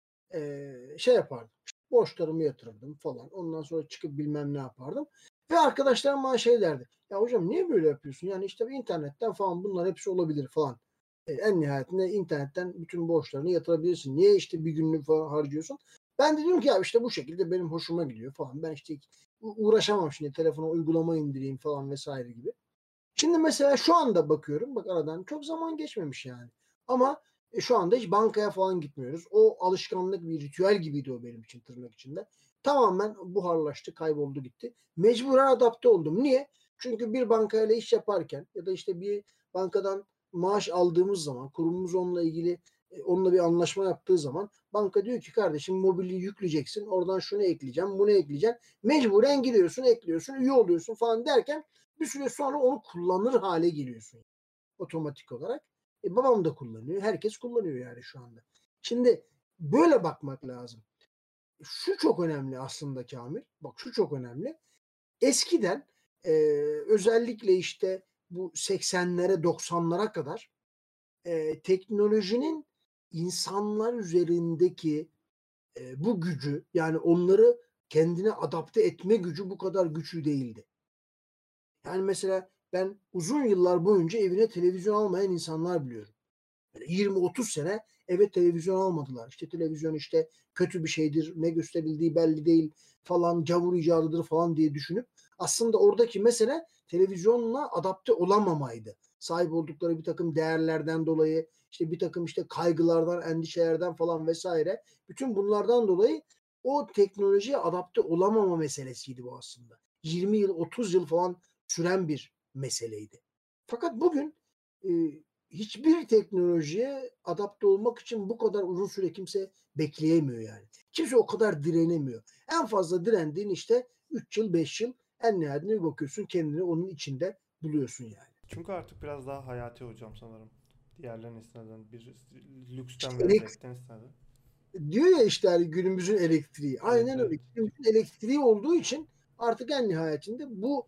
S2: eee, şey yapardım. Borçlarımı yatırırdım falan. Ondan sonra çıkıp bilmem ne yapardım. Ve arkadaşlarım bana şey derdi. Ya hocam niye böyle yapıyorsun? Yani işte internetten falan bunlar hepsi olabilir falan. E, en nihayetinde internetten bütün borçlarını yatırabilirsin. Niye işte bir günlük falan harcıyorsun? Ben de diyorum ki ya işte bu şekilde benim hoşuma gidiyor falan. Ben işte uğraşamam şimdi telefona uygulama indireyim falan vesaire gibi. Şimdi mesela şu anda bakıyorum. Bak aradan çok zaman geçmemiş yani. Ama e, şu anda hiç bankaya falan gitmiyoruz. O alışkanlık bir ritüel gibiydi o benim için tırnak içinde. Tamamen buharlaştı, kayboldu gitti. Mecburen adapte oldum. Niye? Çünkü bir bankayla iş yaparken ya da işte bir bankadan maaş aldığımız zaman kurumumuz onunla ilgili e, onunla bir anlaşma yaptığı zaman banka diyor ki kardeşim mobili yükleyeceksin. Oradan şunu ekleyeceğim, bunu ekleyeceğim. Mecburen giriyorsun, ekliyorsun, üye oluyorsun falan derken bir süre sonra onu kullanır hale geliyorsun otomatik olarak. E, babam da kullanıyor. Herkes kullanıyor yani şu anda. Şimdi böyle bakmak lazım. Şu çok önemli aslında Kamil. Bak şu çok önemli. Eskiden e, özellikle işte bu seksenlere doksanlara kadar e, teknolojinin insanlar üzerindeki e, bu gücü yani onları kendine adapte etme gücü bu kadar güçlü değildi. Yani mesela ben uzun yıllar boyunca evine televizyon almayan insanlar biliyorum. Böyle yirmi otuz sene eve televizyon almadılar. İşte televizyon işte kötü bir şeydir, ne gösterildiği belli değil falan, gavur icadıdır falan diye düşünüp aslında oradaki mesele televizyonla adapte olamamaydı. Sahip oldukları bir takım değerlerden dolayı, işte bir takım işte kaygılardan, endişelerden falan vesaire. Bütün bunlardan dolayı o teknolojiye adapte olamama meselesiydi bu aslında. yirmi yıl, otuz yıl falan süren bir meseleydi. Fakat bugün e, hiçbir teknolojiye adapte olmak için bu kadar uzun süre kimse bekleyemiyor yani. Kimse o kadar direnemiyor. En fazla direndiğin işte üç yıl beş yıl en nihayetinde bir bakıyorsun kendini onun içinde buluyorsun yani.
S1: Çünkü artık biraz daha hayati hocam sanırım. Diğerlerinin istinaden bir lüksten
S2: İşte
S1: veya
S2: elektrik,
S1: zevkten istinaden.
S2: diyor ya işte hani günümüzün elektriği.
S1: Evet,
S2: Aynen
S1: evet.
S2: öyle. Günümüzün elektriği olduğu için artık en nihayetinde bu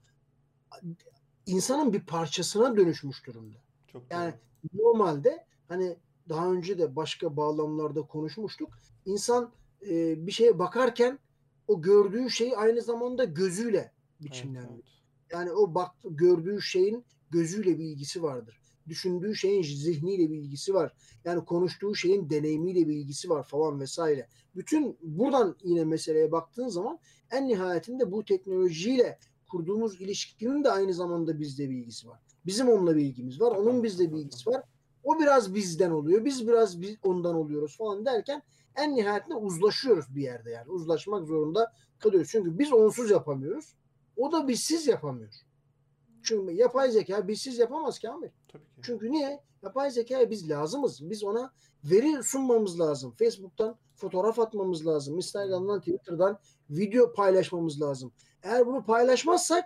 S2: insanın bir parçasına dönüşmüş durumda.
S1: Çok
S2: Yani
S1: doğru.
S2: normalde hani daha önce de başka bağlamlarda konuşmuştuk. İnsan e, bir şeye bakarken o gördüğü şeyi aynı zamanda gözüyle
S1: Evet,
S2: biçimlendirir.
S1: evet.
S2: Yani o bak gördüğü şeyin gözüyle bir ilgisi vardır. Düşündüğü şeyin zihniyle bir ilgisi var. Yani konuştuğu şeyin deneyimiyle bir ilgisi var falan vesaire. Bütün buradan yine meseleye baktığın zaman en nihayetinde bu teknolojiyle kurduğumuz ilişkinin de aynı zamanda bizde bir ilgisi var. Bizim onunla bir ilgimiz var. Onun
S1: Takım
S2: bizde bir
S1: takım.
S2: ilgisi var. O biraz bizden oluyor. Biz biraz biz ondan oluyoruz falan derken en nihayetinde uzlaşıyoruz bir yerde yani. Uzlaşmak zorunda kalıyoruz. Çünkü biz onsuz yapamıyoruz. O da bizsiz yapamıyor. Çünkü yapay zeka bizsiz yapamaz Kamil.
S1: Tabii ki.
S2: Çünkü niye? Yapay zekaya biz lazımız. Biz ona veri sunmamız lazım. Facebook'tan fotoğraf atmamız lazım.
S1: Hı hı.
S2: Instagram'dan, Twitter'dan video paylaşmamız lazım. Eğer bunu paylaşmazsak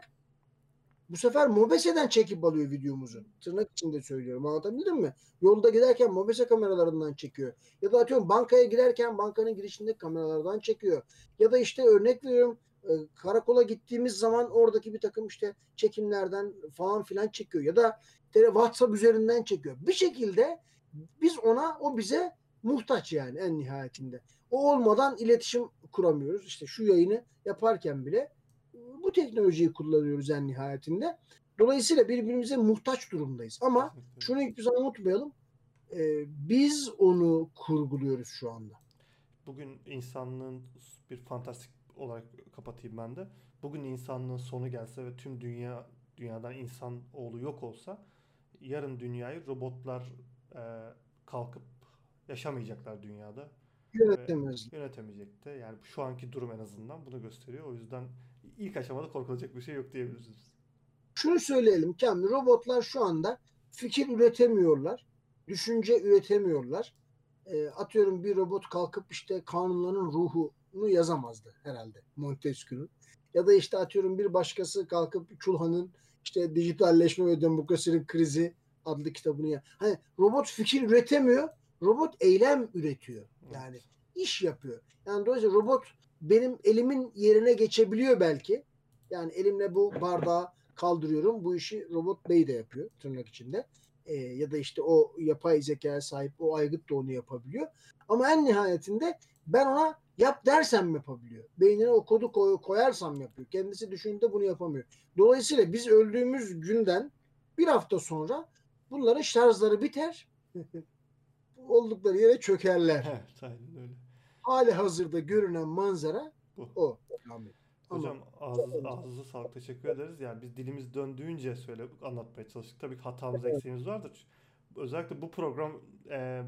S2: bu sefer Mobese'den çekip alıyor videomuzu. Tırnak içinde söylüyorum. Anlatabildim mi? Yolda giderken Mobese kameralarından çekiyor. Ya da atıyorum bankaya girerken bankanın girişindeki kameralardan çekiyor. Ya da işte örnek veriyorum e, karakola gittiğimiz zaman oradaki bir takım işte çekimlerden falan filan çekiyor. Ya da WhatsApp üzerinden çekiyor. Bir şekilde biz ona, o bize muhtaç yani en nihayetinde. O olmadan iletişim kuramıyoruz. İşte şu yayını yaparken bile bu teknolojiyi kullanıyoruz en nihayetinde. Dolayısıyla birbirimize muhtaç durumdayız. Ama
S1: Kesinlikle.
S2: şunu hiçbir zaman unutmayalım. E, biz onu kurguluyoruz şu anda.
S1: Bugün insanlığın bir fantastik olarak kapatayım ben de. Bugün insanlığın sonu gelse ve tüm dünya dünyadan insan oğlu yok olsa yarın dünyayı robotlar e, kalkıp yaşamayacaklar dünyada ve
S2: Yönetemez.
S1: yönetemeyecek de. Yani şu anki durum en azından bunu gösteriyor. O yüzden ilk aşamada korkulacak bir şey yok diyebiliriz.
S2: Şunu söyleyelim Kamil, robotlar şu anda fikir üretemiyorlar, düşünce üretemiyorlar. e, atıyorum bir robot kalkıp işte kanunların ruhunu yazamazdı herhalde Montesquieu'nun. Ya da işte atıyorum bir başkası kalkıp Çulhan'ın işte Dijitalleşme ve Demokrasinin Krizi adlı kitabını ya. Hani robot fikir üretemiyor, robot eylem üretiyor. Yani
S1: Evet.
S2: iş yapıyor. Yani dolayısıyla robot benim elimin yerine geçebiliyor belki. Yani elimle bu bardağı kaldırıyorum. Bu işi robot bey de yapıyor tırnak içinde. Ee, ya da işte o yapay zekaya sahip o aygıt da onu yapabiliyor. Ama en nihayetinde ben ona yap dersem yapabiliyor. Beynine o kodu koy, koyarsam yapıyor. Kendisi düşündüğünde bunu yapamıyor. Dolayısıyla biz öldüğümüz günden bir hafta sonra bunların şarjları biter. Oldukları yere çökerler.
S1: Evet, aynen öyle.
S2: Hali hazırda görünen manzara
S1: Bu.
S2: o. Ahmet. Ama
S1: Hocam ağzı, ağzınıza sağlık, teşekkür ederiz. Yani biz dilimiz döndüğünce söyle anlatmaya çalıştık. Tabii ki hatamız
S2: evet,
S1: eksiğimiz vardır. Özellikle bu program e,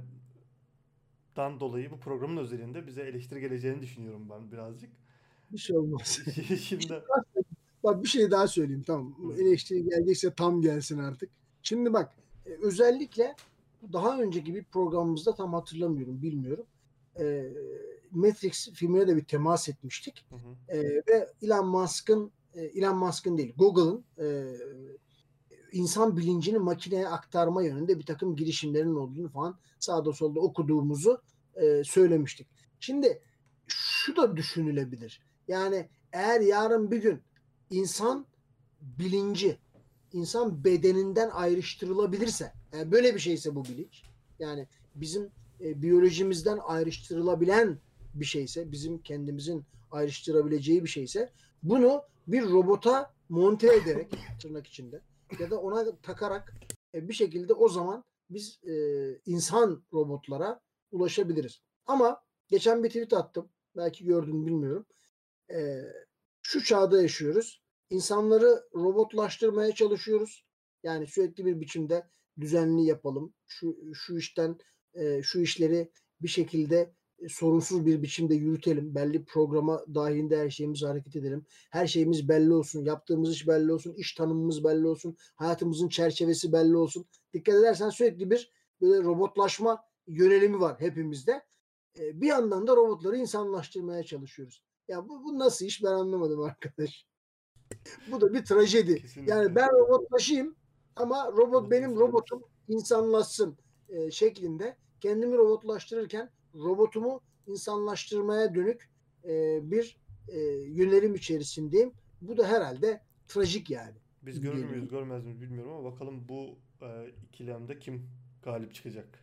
S1: dan dolayı bu programın özelinde bize eleştiri geleceğini düşünüyorum ben birazcık.
S2: bir şey olmaz.
S1: Şimdi
S2: Bak bir şey daha söyleyeyim tamam.
S1: buyurun hocam.
S2: Eleştiri geldiyse tam gelsin artık. Şimdi bak e, özellikle daha önceki bir programımızda tam hatırlamıyorum bilmiyorum. E, Matrix filmine de bir temas etmiştik.
S1: Hı hı.
S2: E, ve Elon Musk'ın e, Elon Musk'ın değil Google'ın e, insan bilincini makineye aktarma yönünde bir takım girişimlerin olduğunu falan sağda solda okuduğumuzu e, söylemiştik. Şimdi şu da düşünülebilir. Yani eğer yarın bir gün insan bilinci insan bedeninden ayrıştırılabilirse, yani böyle bir şeyse bu bilinç, yani bizim e, biyolojimizden ayrıştırılabilen bir şeyse, bizim kendimizin ayrıştırabileceği bir şeyse, bunu bir robota monte ederek tırnak içinde ya da ona takarak e, bir şekilde o zaman biz e, insan robotlara ulaşabiliriz. Ama geçen bir tweet attım. Belki gördün bilmiyorum. E, Şu çağda yaşıyoruz. İnsanları robotlaştırmaya çalışıyoruz. Yani sürekli bir biçimde düzenli yapalım. Şu, şu işten e, şu işleri bir şekilde e, sorunsuz bir biçimde yürütelim. Belli programa dahilinde her şeyimizi hareket edelim. Her şeyimiz belli olsun. Yaptığımız iş belli olsun. İş tanımımız belli olsun. Hayatımızın çerçevesi belli olsun. Dikkat edersen sürekli bir böyle robotlaşma yönelimi var hepimizde. E, bir yandan da robotları insanlaştırmaya çalışıyoruz. Ya bu, bu nasıl iş ben anlamadım arkadaş. Bu da bir trajedi. Yani
S1: Kesinlikle
S2: ben robotlaşayım ama robot
S1: robot
S2: benim
S1: insanlaşsın.
S2: robotum insanlaşsın e, şeklinde kendimi robotlaştırırken robotumu insanlaştırmaya dönük e, bir e, yönelim içerisindeyim. Bu da herhalde trajik yani
S1: Biz
S2: gibi
S1: görür
S2: geliyor.
S1: müyüz görmez miyiz bilmiyorum ama bakalım bu e, ikilemde kim galip çıkacak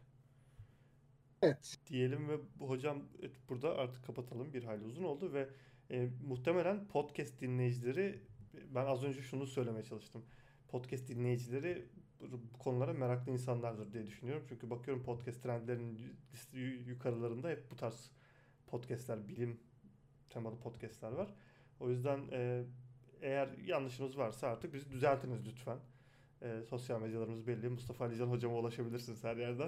S2: Evet.
S1: diyelim ve bu- hocam e, burada artık kapatalım, bir hayli uzun oldu ve e, muhtemelen podcast dinleyicileri, ben az önce şunu söylemeye çalıştım. Podcast dinleyicileri bu bu konulara meraklı insanlardır diye düşünüyorum. Çünkü bakıyorum podcast trendlerinin yu- yu- yukarılarında hep bu tarz podcastler, bilim temalı podcastler var. O yüzden e, eğer yanlışımız varsa artık bizi düzeltiniz lütfen. E, sosyal medyalarımız belli. Mustafa Ali Can hocama ulaşabilirsiniz her yerden.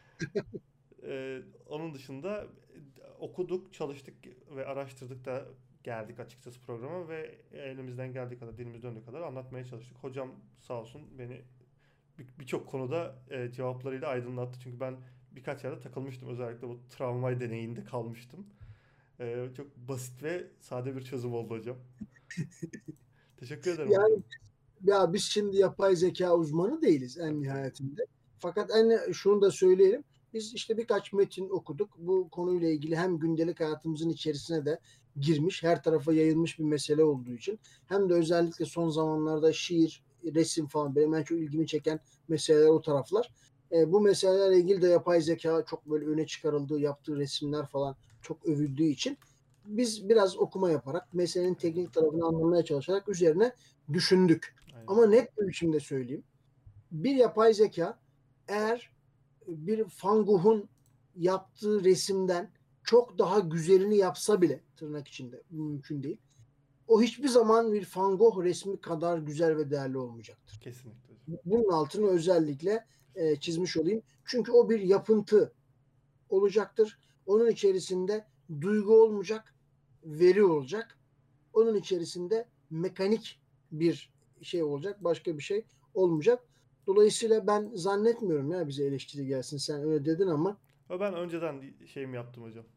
S1: Ee, onun dışında e, okuduk, çalıştık ve araştırdık da geldik açıkçası programa ve elimizden geldiği kadar, dilimiz döndüğü kadar anlatmaya çalıştık. Hocam sağ olsun beni bir- birçok konuda e, cevaplarıyla aydınlattı. Çünkü ben birkaç yerde takılmıştım. Özellikle bu travma deneyinde kalmıştım. Ee, çok basit ve sade bir çözüm oldu hocam. Teşekkür ederim hocam.
S2: Yani ya biz şimdi yapay zeka uzmanı değiliz en
S1: Tabii tabii.
S2: nihayetinde. Fakat en şunu da söyleyelim. Biz işte birkaç metin okuduk. Bu konuyla ilgili hem gündelik hayatımızın içerisine de girmiş, her tarafa yayılmış bir mesele olduğu için hem de özellikle son zamanlarda şiir, resim falan benim en çok ilgimi çeken meseleler o taraflar. E, bu meselelerle ilgili de yapay zeka çok böyle öne çıkarıldığı, yaptığı resimler falan çok övüldüğü için biz biraz okuma yaparak, meselenin teknik tarafını anlamaya çalışarak üzerine düşündük.
S1: Aynen.
S2: Ama net bir biçimde söyleyeyim. Bir yapay zeka eğer bir Van Gogh'un yaptığı resimden çok daha güzelini yapsa bile tırnak içinde mümkün değil. O hiçbir zaman bir Van Gogh resmi kadar güzel ve değerli olmayacaktır.
S1: Kesinlikle hocam.
S2: Bunun altını özellikle e, çizmiş olayım. Çünkü o bir yapıntı olacaktır. Onun içerisinde duygu olmayacak, veri olacak. Onun içerisinde mekanik bir şey olacak, başka bir şey olmayacak. Dolayısıyla ben zannetmiyorum ya bize eleştiri gelsin. Sen öyle dedin ama
S1: Ama ben önceden şeyimi yaptım hocam.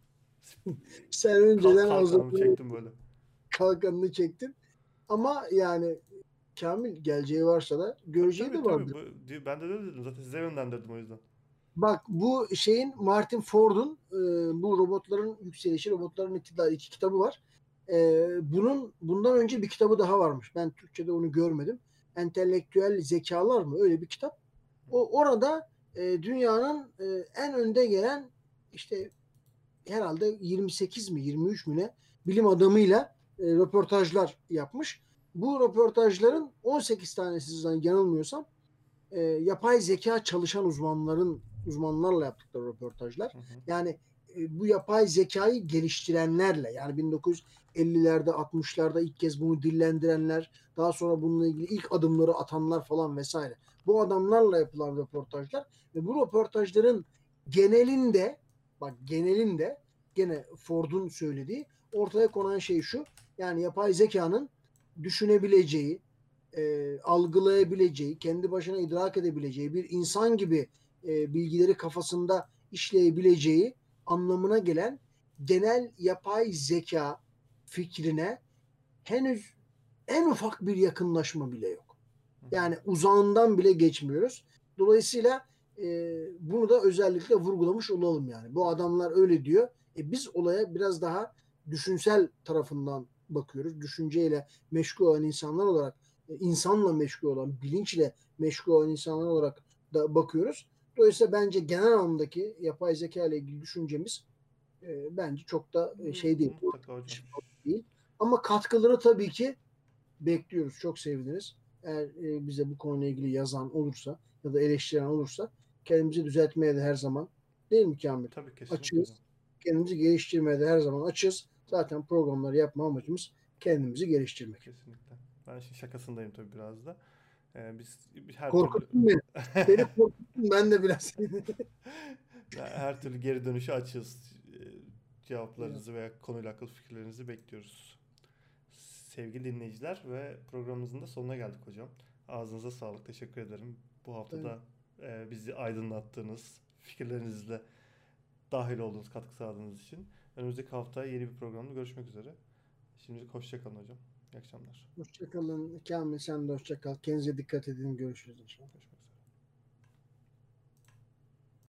S2: Sen
S1: Kalk
S2: önceden
S1: kalkanımı
S2: hazırlığı
S1: çektim böyle.
S2: kalkanını çektin. Ama yani Kamil, geleceği varsa da
S1: Tabii
S2: göreceği
S1: tabii
S2: de
S1: tabii.
S2: vardır.
S1: Bu, ben de öyle dedim. Zaten size yönlendirdim o yüzden.
S2: Bak, bu şeyin, Martin Ford'un e, bu robotların yükselişi, robotların iktidarı iki kitabı var. E, bunun bundan önce bir kitabı daha varmış. Ben Türkçe'de onu görmedim. Entelektüel zekalar mı? Öyle bir kitap. O orada e, dünyanın e, en önde gelen, işte herhalde yirmi sekiz mi yirmi üç mü ne bilim adamıyla e, röportajlar yapmış. Bu röportajların on sekiz tanesi, sizden yanılmıyorsam, e, yapay zeka çalışan uzmanların uzmanlarla yaptıkları röportajlar.
S1: Hı hı.
S2: Yani e, bu yapay zekayı geliştirenlerle, yani bin dokuz yüz ellilerde altmışlarda ilk kez bunu dillendirenler, daha sonra bununla ilgili ilk adımları atanlar falan vesaire. Bu adamlarla yapılan röportajlar ve bu röportajların genelinde, bak genelinde, gene Ford'un söylediği, ortaya konan şey şu: yani yapay zekanın düşünebileceği, e, algılayabileceği, kendi başına idrak edebileceği, bir insan gibi e, bilgileri kafasında işleyebileceği anlamına gelen genel yapay zeka fikrine henüz en ufak bir yakınlaşma bile yok.
S1: Hı hı.
S2: Yani uzağından bile geçmiyoruz. Dolayısıyla e, bunu da özellikle vurgulamış olalım yani. Bu adamlar öyle diyor. E, biz olaya biraz daha düşünsel tarafından bakıyoruz. Düşünceyle meşgul olan insanlar olarak, e, insanla meşgul olan, bilinçle meşgul olan insanlar olarak da bakıyoruz. Dolayısıyla bence genel anlamdaki yapay zeka ile ilgili düşüncemiz e, bence çok da e, şey değil.
S1: Mutlaka hocam.
S2: Değil. Ama katkıları tabii ki bekliyoruz. Çok seviniriz. Eğer e, bize bu konuyla ilgili yazan olursa ya da eleştiren olursa, kendimizi düzeltmeye de her zaman, değil mi Kamil,
S1: Tabii kesinlikle hocam.
S2: açığız. Kendimizi geliştirmeye de her zaman açığız. Zaten programları yapma amacımız kendimizi geliştirmek.
S1: Kesinlikle. Ben şimdi şakasındayım tabii biraz da. Ee, biz her türlü
S2: Korkuttun beni. Beni korkuttun. Ben de biraz.
S1: her türlü geri dönüşü açığız. Ee, Cevaplarınızı veya konuyla alakalı fikirlerinizi bekliyoruz. Sevgili dinleyiciler ve programımızın da sonuna geldik hocam. Ağzınıza sağlık. Teşekkür ederim. Bu hafta
S2: Evet.
S1: da e, bizi aydınlattığınız, fikirlerinizle dahil olduğunuz, katkı sağladığınız için. Önümüzdeki hafta yeni bir programda görüşmek üzere. Şimdilik hoşça kalın hocam. İyi akşamlar.
S2: Hoşçakalın. Kamil, sen de hoşça kal. Kendinize dikkat edin. Görüşürüz inşallah.
S1: Görüşmek üzere.